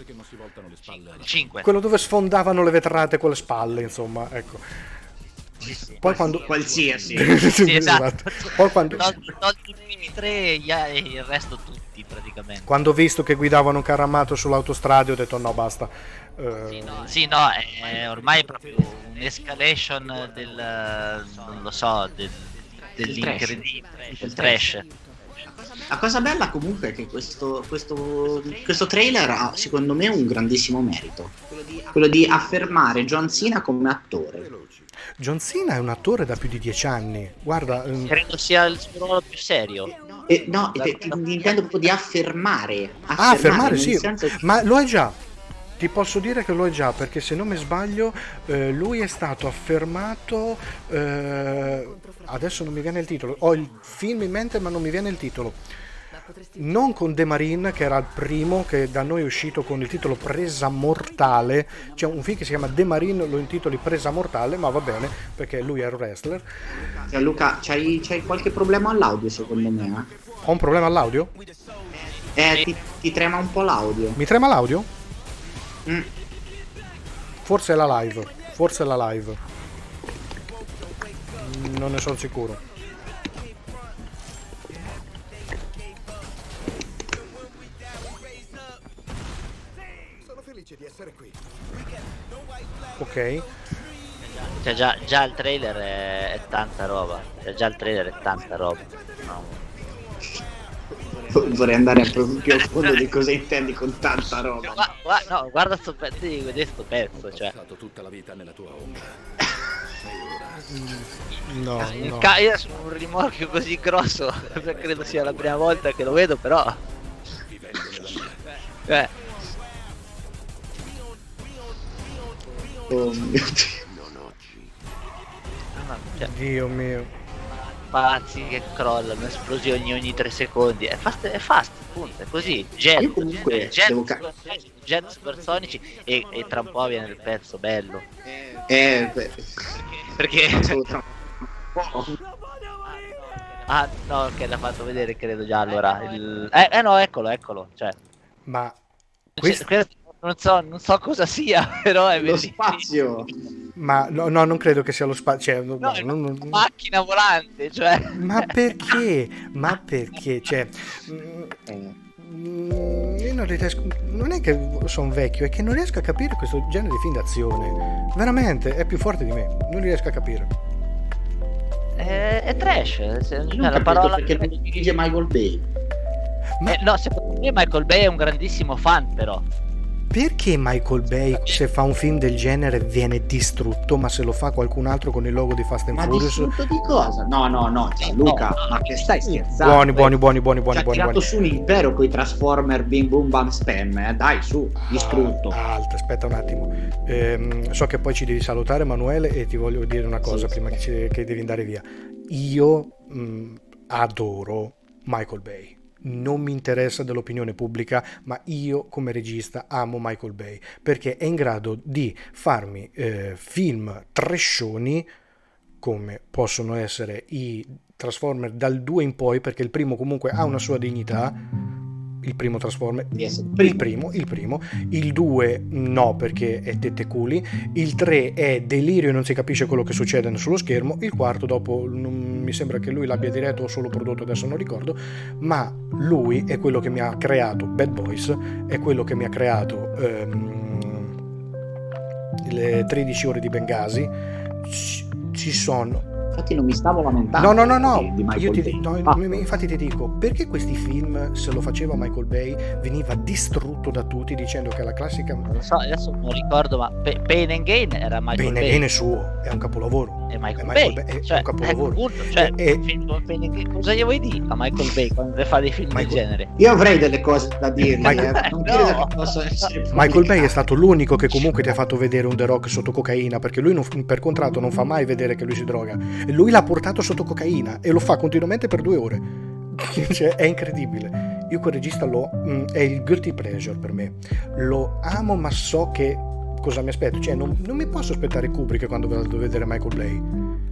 5. quello dove sfondavano le vetrate con le spalle, insomma, ecco. Sì. Poi quando Qualsiasi. Sì, esatto. Poi quando Tolti i primi 3 e il resto tutti praticamente. ho visto che guidavano un carro armato sull'autostrada, ho detto no, basta. Sì, no, ormai è proprio un'escalation non lo so, dell'incredibile, del trash. La cosa bella comunque è che questo trailer ha secondo me un grandissimo merito, quello di affermare John Cena come attore. John Cena è un attore da più di 10 anni, guarda. Credo sia il suo ruolo più serio. Intendo proprio di affermare. Affermare, sì, nel senso che- ma lo è già. Ti posso dire che lo è già, perché se non mi sbaglio lui è stato affermato, adesso non mi viene il titolo, ho il film in mente ma non mi viene il titolo, non con The Marine, che era il primo che da noi è uscito con il titolo Presa Mortale. C'è un film che si chiama The Marine, lo intitoli Presa Mortale, ma va bene perché lui è il wrestler. Cioè, Luca, c'hai qualche problema all'audio secondo me? Ho un problema all'audio? Ti trema un po' l'audio. Mi trema l'audio? Mm. Forse è la live, non ne sono sicuro. sono felice di essere qui. Ok, Cioè già il trailer è tanta roba. Già il trailer è tanta roba. No. Vorrei andare proprio più a fondo di cosa intendi con tanta roba. No, guarda sto pezzo, devi vedere sto pezzo, cioè. Ho passato tutta la vita nella tua ombra. no. Io sono un rimorchio così grosso, credo sia la prima volta che lo vedo, però. Vivendo nella mia. Oh mio Dio. Non oggi. Cioè, Dio mio. palazzi che crollano, esplosioni ogni 3 secondi. È fast, appunto, è così. Io comunque devo jet supersonici e tra un po' viene il pezzo bello. Perché? Ah no, che l'ha fatto vedere, credo già allora. No, eccolo. Cioè, Ma questo... non so cosa sia, però è lo bellissimo. spazio. Ma no, non credo che sia lo spazio. Cioè, No, è una macchina volante, cioè. Ma perché? Cioè, io non riesco. Non è che sono vecchio, è che non riesco a capire questo genere di film d'azione. Veramente, è più forte di me. Non riesco a capire. È trash, Non la capisco parola. perché non lo dirige Michael Bay. Ma- No, secondo me Michael Bay è un grandissimo fan, però. Perché Michael Bay, se fa un film del genere, viene distrutto, ma se lo fa qualcun altro con il logo di Fast and Ma Furious... distrutto di cosa? No, cioè, Luca, ma che stai scherzando? Buoni. Ci ha tirato su un impero con i Transformer Bim Boom Bam Spam, dai, su, distrutto. Aspetta un attimo. So che poi ci devi salutare, Emanuele, e ti voglio dire una cosa prima che devi andare via. Io adoro Michael Bay. Non mi interessa dell'opinione pubblica, ma io come regista amo Michael Bay perché è in grado di farmi film trashoni come possono essere i Transformer dal 2 in poi, perché il primo comunque ha una sua dignità. Il primo Transformer, il primo, il 2 no perché è tette culi, il 3 è delirio e non si capisce quello che succede sullo schermo, il quarto dopo mi sembra che lui l'abbia diretto o solo prodotto, adesso non ricordo, ma lui è quello che mi ha creato Bad Boys, è quello che mi ha creato le 13 ore di Benghazi. Ci sono... Infatti non mi stavo lamentando. No. Di Michael Bay. Infatti ti dico, perché questi film, se lo faceva Michael Bay, veniva distrutto da tutti dicendo che è la classica... Non lo so, adesso non ricordo, ma Pain and Gain era Michael Bay. Pain and Gain è suo, è un capolavoro. È Michael Bay. È un capolavoro. Cosa gli vuoi dire a Michael Bay quando fa dei film del genere? Io avrei delle cose da dirgli, non credo che possano essere Michael Bay è stato l'unico che comunque ti ha fatto vedere un The Rock sotto cocaina, perché lui per contratto non fa mai vedere che lui si droga. E lui l'ha portato sotto cocaina e lo fa continuamente per 2 ore. Cioè, è incredibile. Io quel regista è il guilty pleasure per me. Lo amo, ma so che cosa mi aspetto. Cioè, non mi posso aspettare Kubrick quando vado a vedere Michael Bay.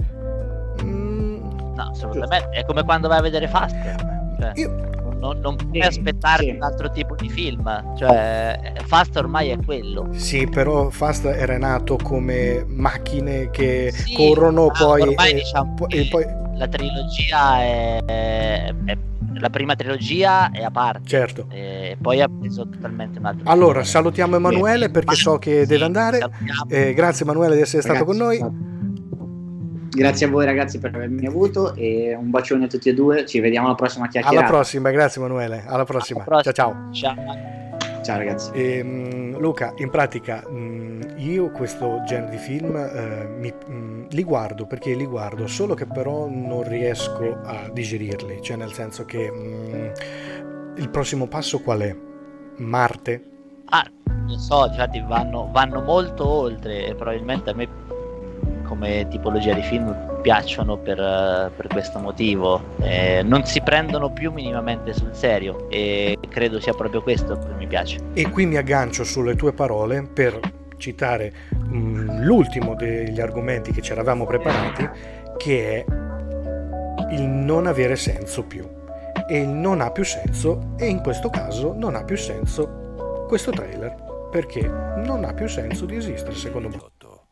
No, assolutamente. È come quando vai a vedere Fast. Cioè, non puoi aspettarti un altro tipo di film. Cioè, Fast ormai è quello. Sì, però Fast era nato come macchine che corrono, poi... Ormai diciamo poi... la trilogia è la prima trilogia è a parte. Certo. E poi ha preso totalmente un altro. Allora, salutiamo Emanuele perché so che deve andare. Grazie Emanuele di essere stato con noi. Grazie a voi ragazzi per avermi avuto e un bacione a tutti e due, ci vediamo alla prossima chiacchierata. Alla prossima, grazie Emanuele, alla prossima. Ciao. Ciao ragazzi. Luca, in pratica io questo genere di film li guardo perché li guardo, solo che però non riesco a digerirli, cioè nel senso che il prossimo passo qual è? Marte? Non so, infatti vanno molto oltre e probabilmente a me come tipologia di film piacciono per questo motivo, non si prendono più minimamente sul serio e credo sia proprio questo che mi piace. E qui mi aggancio sulle tue parole per citare l'ultimo degli argomenti che ci eravamo preparati, che è il non avere senso più, e il non ha più senso, e in questo caso non ha più senso questo trailer perché non ha più senso di esistere secondo me.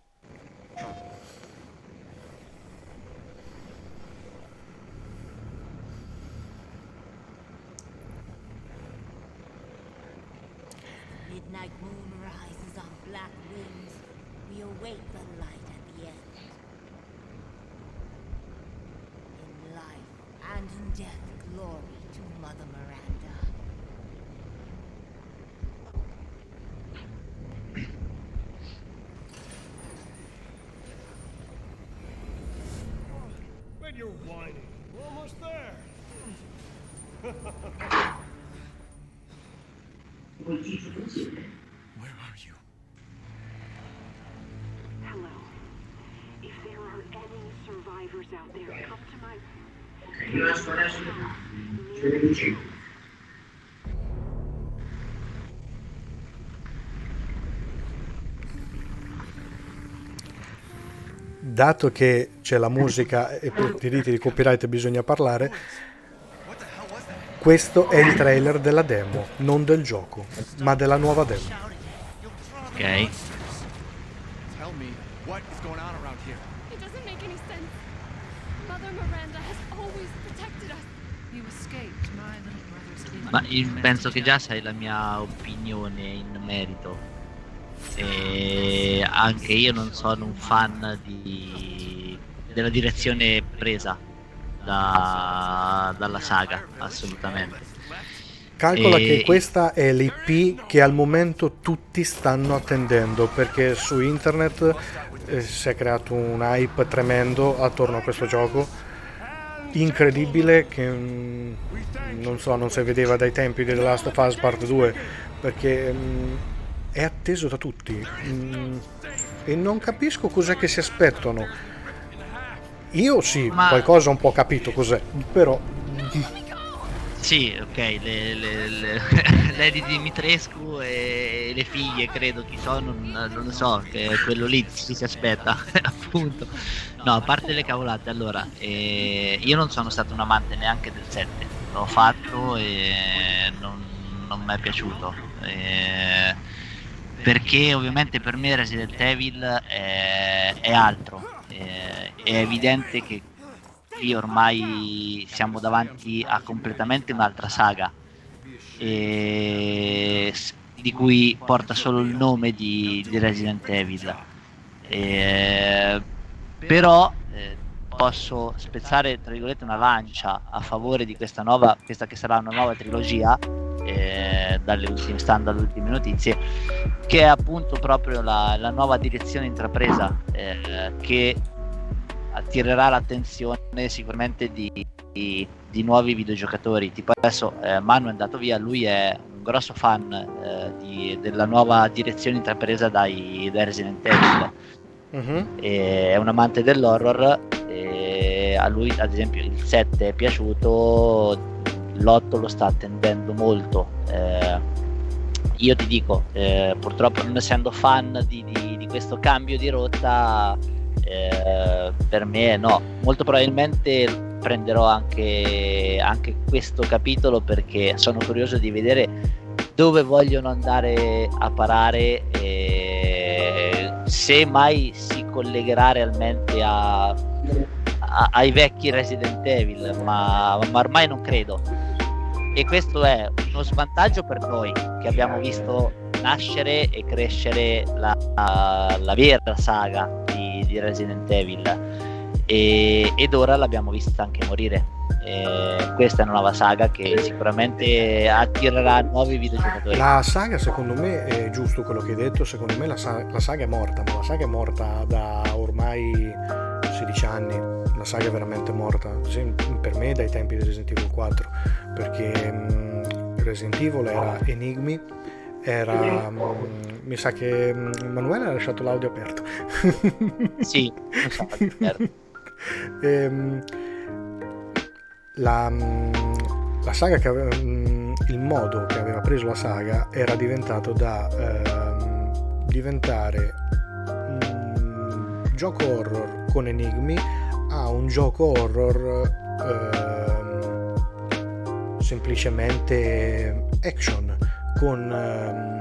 Midnight moon rises on black wings. We await the light at the end. In life and in death, glory to Mother Miranda. When you're whining, we're almost there. Where are you? Hello. If there are any survivors out there, come to my... Dato che c'è la musica e per diritti di copyright bisogna parlare, questo è il trailer della demo, non del gioco, ma della nuova demo. Ok. Tell me what is going on around here. It doesn't make any sense. Mother Miranda has always protected us. You escaped my little brother's Ma penso che già sai la mia opinione in merito. E anche io non sono un fan della direzione presa dalla saga, assolutamente. Calcola che questa è l'IP che al momento tutti stanno attendendo, perché su internet si è creato un hype tremendo attorno a questo gioco, incredibile, che non so, non si vedeva dai tempi di The Last of Us Part 2, perché è atteso da tutti, e non capisco cos'è che si aspettano. Io sì, qualcosa ho un po' capito cos'è, però sì, ok, Lady Dimitrescu e le figlie, credo, chi sono, non lo so, che quello lì si aspetta, appunto. No, a parte le cavolate, allora, io non sono stato un amante neanche del 7, l'ho fatto e non mi è piaciuto, perché ovviamente per me Resident Evil è altro, è evidente che qui ormai siamo davanti a completamente un'altra saga, di cui porta solo il nome di Resident Evil, però posso spezzare, tra virgolette, una lancia a favore di questa che sarà una nuova trilogia, stando alle ultime notizie, che è appunto proprio la nuova direzione intrapresa, che attirerà l'attenzione sicuramente di nuovi videogiocatori. Tipo adesso Manu è andato via, lui è un grosso fan della nuova direzione intrapresa dai Resident Evil, è un amante dell'horror, a lui ad esempio il 7 è piaciuto, l'8 lo sta attendendo molto. Io ti dico, purtroppo non essendo fan di questo cambio di rotta, per me no, molto probabilmente prenderò anche questo capitolo, perché sono curioso di vedere dove vogliono andare a parare, se mai si collegherà realmente ai vecchi Resident Evil, ma ormai non credo, e questo è uno svantaggio per noi che abbiamo visto nascere e crescere la vera saga di Resident Evil, ed ora l'abbiamo vista anche morire. Questa è una nuova saga che sicuramente attirerà nuovi videogiocatori. La saga, secondo me, è giusto quello che hai detto, secondo me la saga è morta, ma la saga è morta da ormai 16 anni, la saga è veramente morta, per me dai tempi di Resident Evil 4, perché Resident Evil era enigmi, mi sa che Emanuele ha lasciato l'audio aperto. Sì, aperto. La saga che aveva, il modo che aveva preso la saga era diventato da diventare un gioco horror con enigmi a un gioco horror semplicemente action, con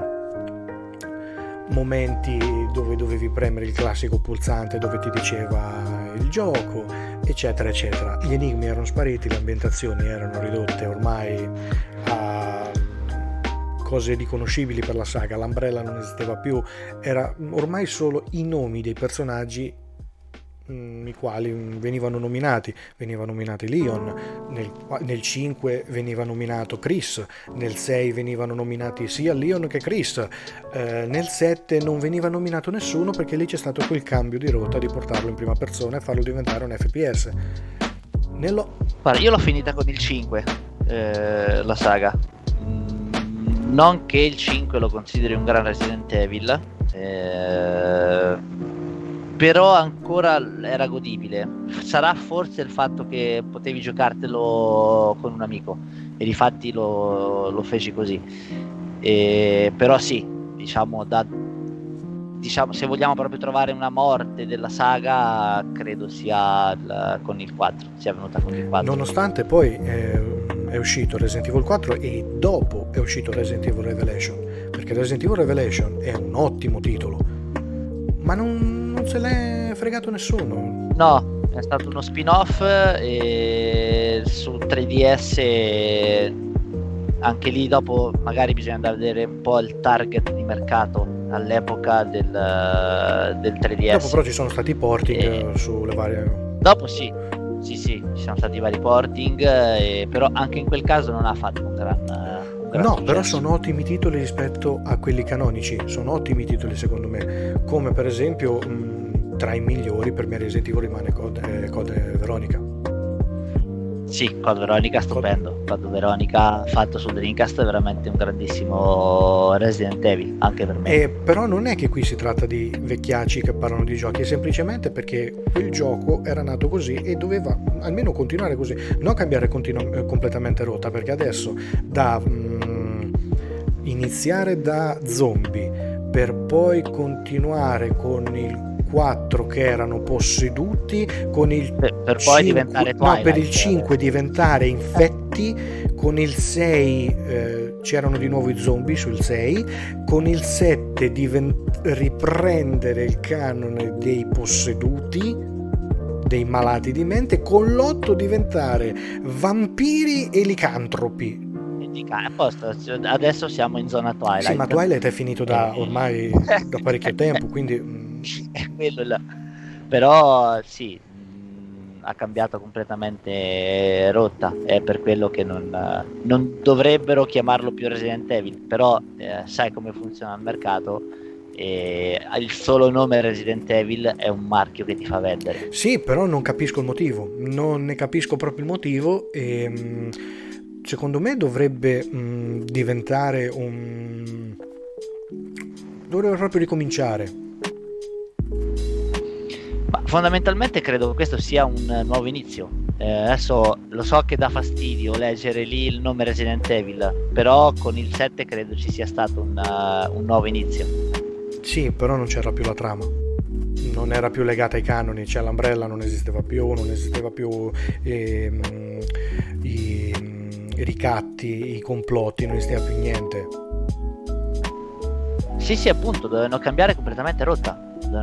momenti dove dovevi premere il classico pulsante dove ti diceva il gioco, eccetera eccetera. Gli enigmi erano spariti, le ambientazioni erano ridotte ormai a cose riconoscibili per la saga, l'Umbrella non esisteva più, era ormai solo i nomi dei personaggi i quali venivano nominati Leon, nel 5 veniva nominato Chris, nel 6 venivano nominati sia Leon che Chris, nel 7 non veniva nominato nessuno, perché lì c'è stato quel cambio di rotta di portarlo in prima persona e farlo diventare un FPS. Guarda, io l'ho finita con il 5, la saga, non che il 5 lo consideri un gran Resident Evil, però ancora era godibile. Sarà forse il fatto che potevi giocartelo con un amico, e difatti lo feci così, però sì, diciamo se vogliamo proprio trovare una morte della saga, credo sia con il 4, sia venuta con il 4, nonostante poi è uscito Resident Evil 4 e dopo è uscito Resident Evil Revelation, perché Resident Evil Revelation è un ottimo titolo, ma non se l'è fregato nessuno. No, è stato uno spin-off, e su 3DS anche lì dopo magari bisogna andare a vedere un po' il target di mercato all'epoca del 3DS. Dopo però ci sono stati porting sulle varie... Dopo sì, ci sono stati vari porting, però anche in quel caso non ha fatto un No, però successo. sono ottimi titoli rispetto a quelli canonici, sono ottimi titoli secondo me, come per esempio tra i migliori per me Resident Evil rimane Code Veronica. Sì, Code Veronica stupendo. Code Veronica fatto su Dreamcast è veramente un grandissimo Resident Evil, anche per me. Però non è che qui si tratta di vecchiacci che parlano di giochi, è semplicemente perché quel gioco era nato così e doveva almeno continuare così, non cambiare completamente rotta, perché adesso da iniziare da zombie per poi continuare con il 4 che erano posseduti, con il per poi diventare Twilight, per il 5 diventare infetti, con il 6 c'erano di nuovo i zombie sul 6, con il 7 riprendere il canone dei posseduti, dei malati di mente, con l'8 diventare vampiri e licantropi. Adesso siamo in zona Twilight. Sì, ma Twilight è finito ormai da parecchio tempo, quindi è quello là. Però sì, ha cambiato completamente rotta, è per quello che non dovrebbero chiamarlo più Resident Evil, però sai come funziona il mercato, e il solo nome Resident Evil è un marchio che ti fa vendere. Sì, però non capisco il motivo, non ne capisco proprio il motivo, e secondo me dovrebbe diventare dovrebbe proprio ricominciare. Ma fondamentalmente credo che questo sia un nuovo inizio. Adesso lo so che dà fastidio leggere lì il nome Resident Evil, però con il 7 credo ci sia stato un nuovo inizio. Sì, però non c'era più la trama, non era più legata ai canoni, cioè l'Umbrella non esisteva più i ricatti, i complotti, non esisteva più niente. Sì, appunto, dovevano cambiare completamente rotta.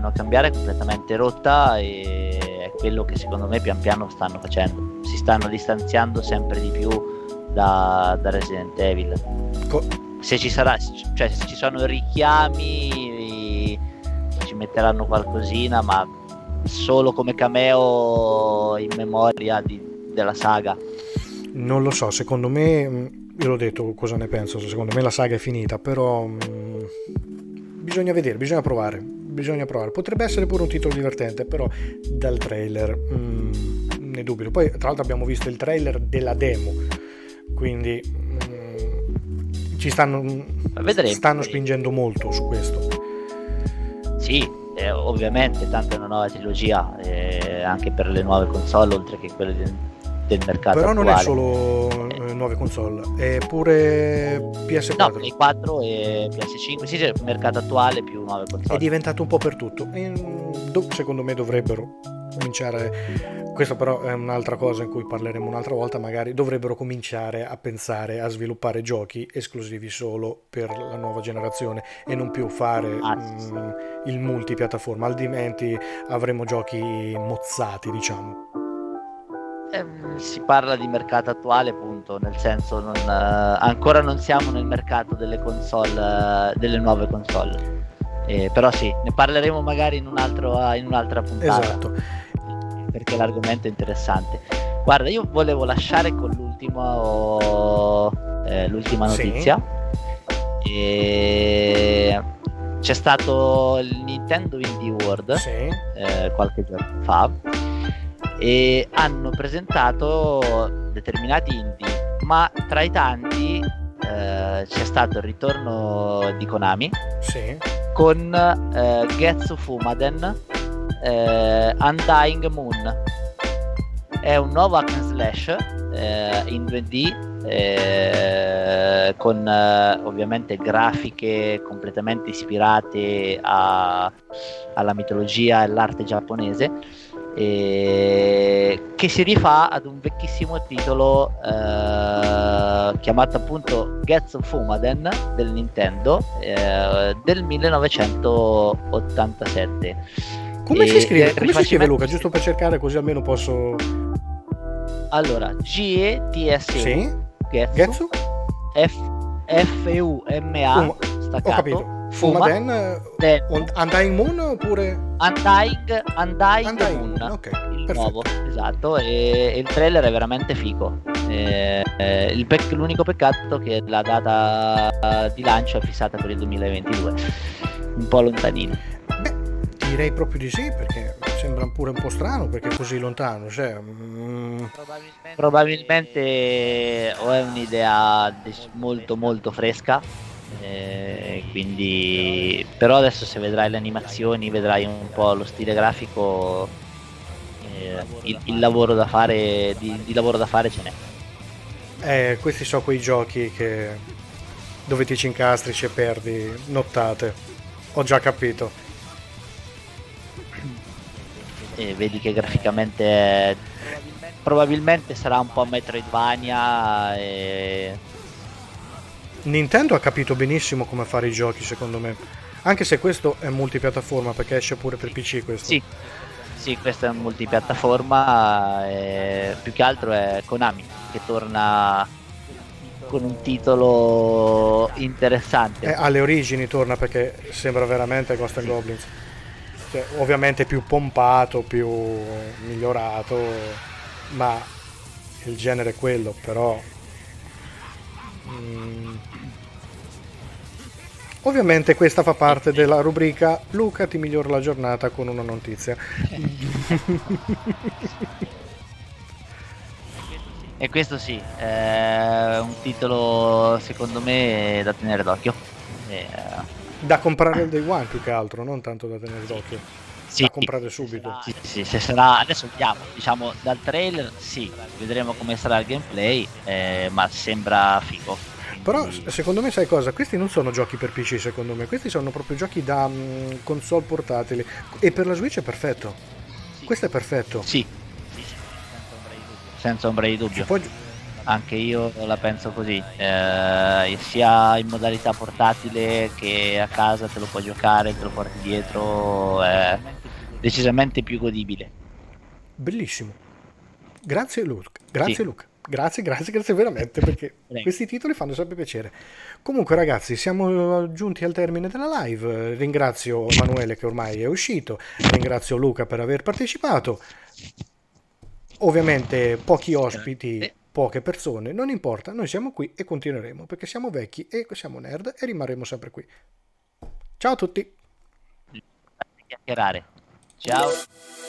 E è quello che secondo me pian piano stanno facendo. Si stanno distanziando sempre di più da Resident Evil. Se ci sarà, cioè se ci sono richiami, ci metteranno qualcosina, ma solo come cameo in memoria della saga. Non lo so, secondo me, io l'ho detto cosa ne penso, secondo me la saga è finita, però bisogna vedere, bisogna provare, potrebbe essere pure un titolo divertente, però dal trailer ne dubito. Poi tra l'altro abbiamo visto il trailer della demo, quindi ci stanno spingendo molto su questo. Sì, ovviamente, tanto è una nuova trilogia, anche per le nuove console oltre che quelle del mercato però attuale. Non è solo nuove console, è pure PS4. No, Play 4 e PS5, sì, c'è il mercato attuale più nuove console. È diventato un po' per tutto. Secondo me dovrebbero cominciare, questo però è un'altra cosa in cui parleremo un'altra volta, magari dovrebbero cominciare a pensare a sviluppare giochi esclusivi solo per la nuova generazione e non più fare il multipiattaforma, altrimenti avremo giochi mozzati, diciamo. Si parla di mercato attuale, punto, nel senso ancora non siamo nel mercato delle console, delle nuove console, però sì, ne parleremo magari in un'altra puntata. Esatto, perché l'argomento è interessante. Guarda, io volevo lasciare con l'ultima notizia. Sì. E c'è stato il Nintendo Indie World, sì, qualche giorno fa, e hanno presentato determinati indie, ma tra i tanti c'è stato il ritorno di Konami, sì, con Getsu Fumaden, Undying Moon. È un nuovo hack and slash in 2D, con ovviamente grafiche completamente ispirate alla mitologia e all'arte giapponese, che si rifà ad un vecchissimo titolo chiamato appunto Getsu Fumaden del Nintendo, del 1987. Come si scrive Luca? Giusto per cercare, così almeno posso. Allora, GETSU, sì? Getsu FUMA staccato. Ho capito. Fumaden, Undying Moon oppure Undying Moon, ok, il perfetto. nuovo, esatto, e il trailer è veramente figo. L'unico peccato è che la data di lancio è fissata per il 2022, un po' lontanino. Beh, direi proprio di sì, perché sembra pure un po' strano perché è così lontano. Cioè, Probabilmente o è un'idea molto molto fresca, quindi però adesso se vedrai le animazioni, vedrai un po' lo stile grafico, il lavoro da fare, di lavoro da fare ce n'è. questi sono quei giochi dove ti ci incastri e perdi nottate. Ho già capito. E vedi che graficamente probabilmente sarà un po' Metroidvania Nintendo ha capito benissimo come fare i giochi, secondo me. Anche se questo è multipiattaforma, perché esce pure per PC questo. Sì, questo è un multipiattaforma, più che altro è Konami che torna con un titolo interessante. Alle origini torna, perché sembra veramente Ghost and Goblins. Cioè, ovviamente più pompato, più migliorato, ma il genere è quello, però ovviamente questa fa parte della rubrica Luca ti migliora la giornata con una notizia. E questo sì, è un titolo secondo me da tenere d'occhio. Da comprare il day one più che altro, non tanto da tenere d'occhio. Da comprare subito. Sì, se sarà, adesso vediamo, diciamo dal trailer sì, vedremo come sarà il gameplay, ma sembra figo. Però secondo me sai cosa? Questi non sono giochi per PC, secondo me, questi sono proprio giochi da console portatili, e per la Switch è perfetto. Questo è perfetto. Sì, senza ombra di dubbio. Anche io la penso così, sia in modalità portatile che a casa te lo puoi giocare, te lo porti dietro, è decisamente più godibile. Bellissimo. Grazie Luca. Grazie Luca. Grazie veramente, perché questi titoli fanno sempre piacere. Comunque ragazzi, siamo giunti al termine della live. Ringrazio Emanuele che ormai è uscito, ringrazio Luca per aver partecipato. Ovviamente pochi ospiti, poche persone, non importa, noi siamo qui e continueremo, perché siamo vecchi e siamo nerd e rimarremo sempre qui. Ciao a tutti. Chiacchierare. Ciao.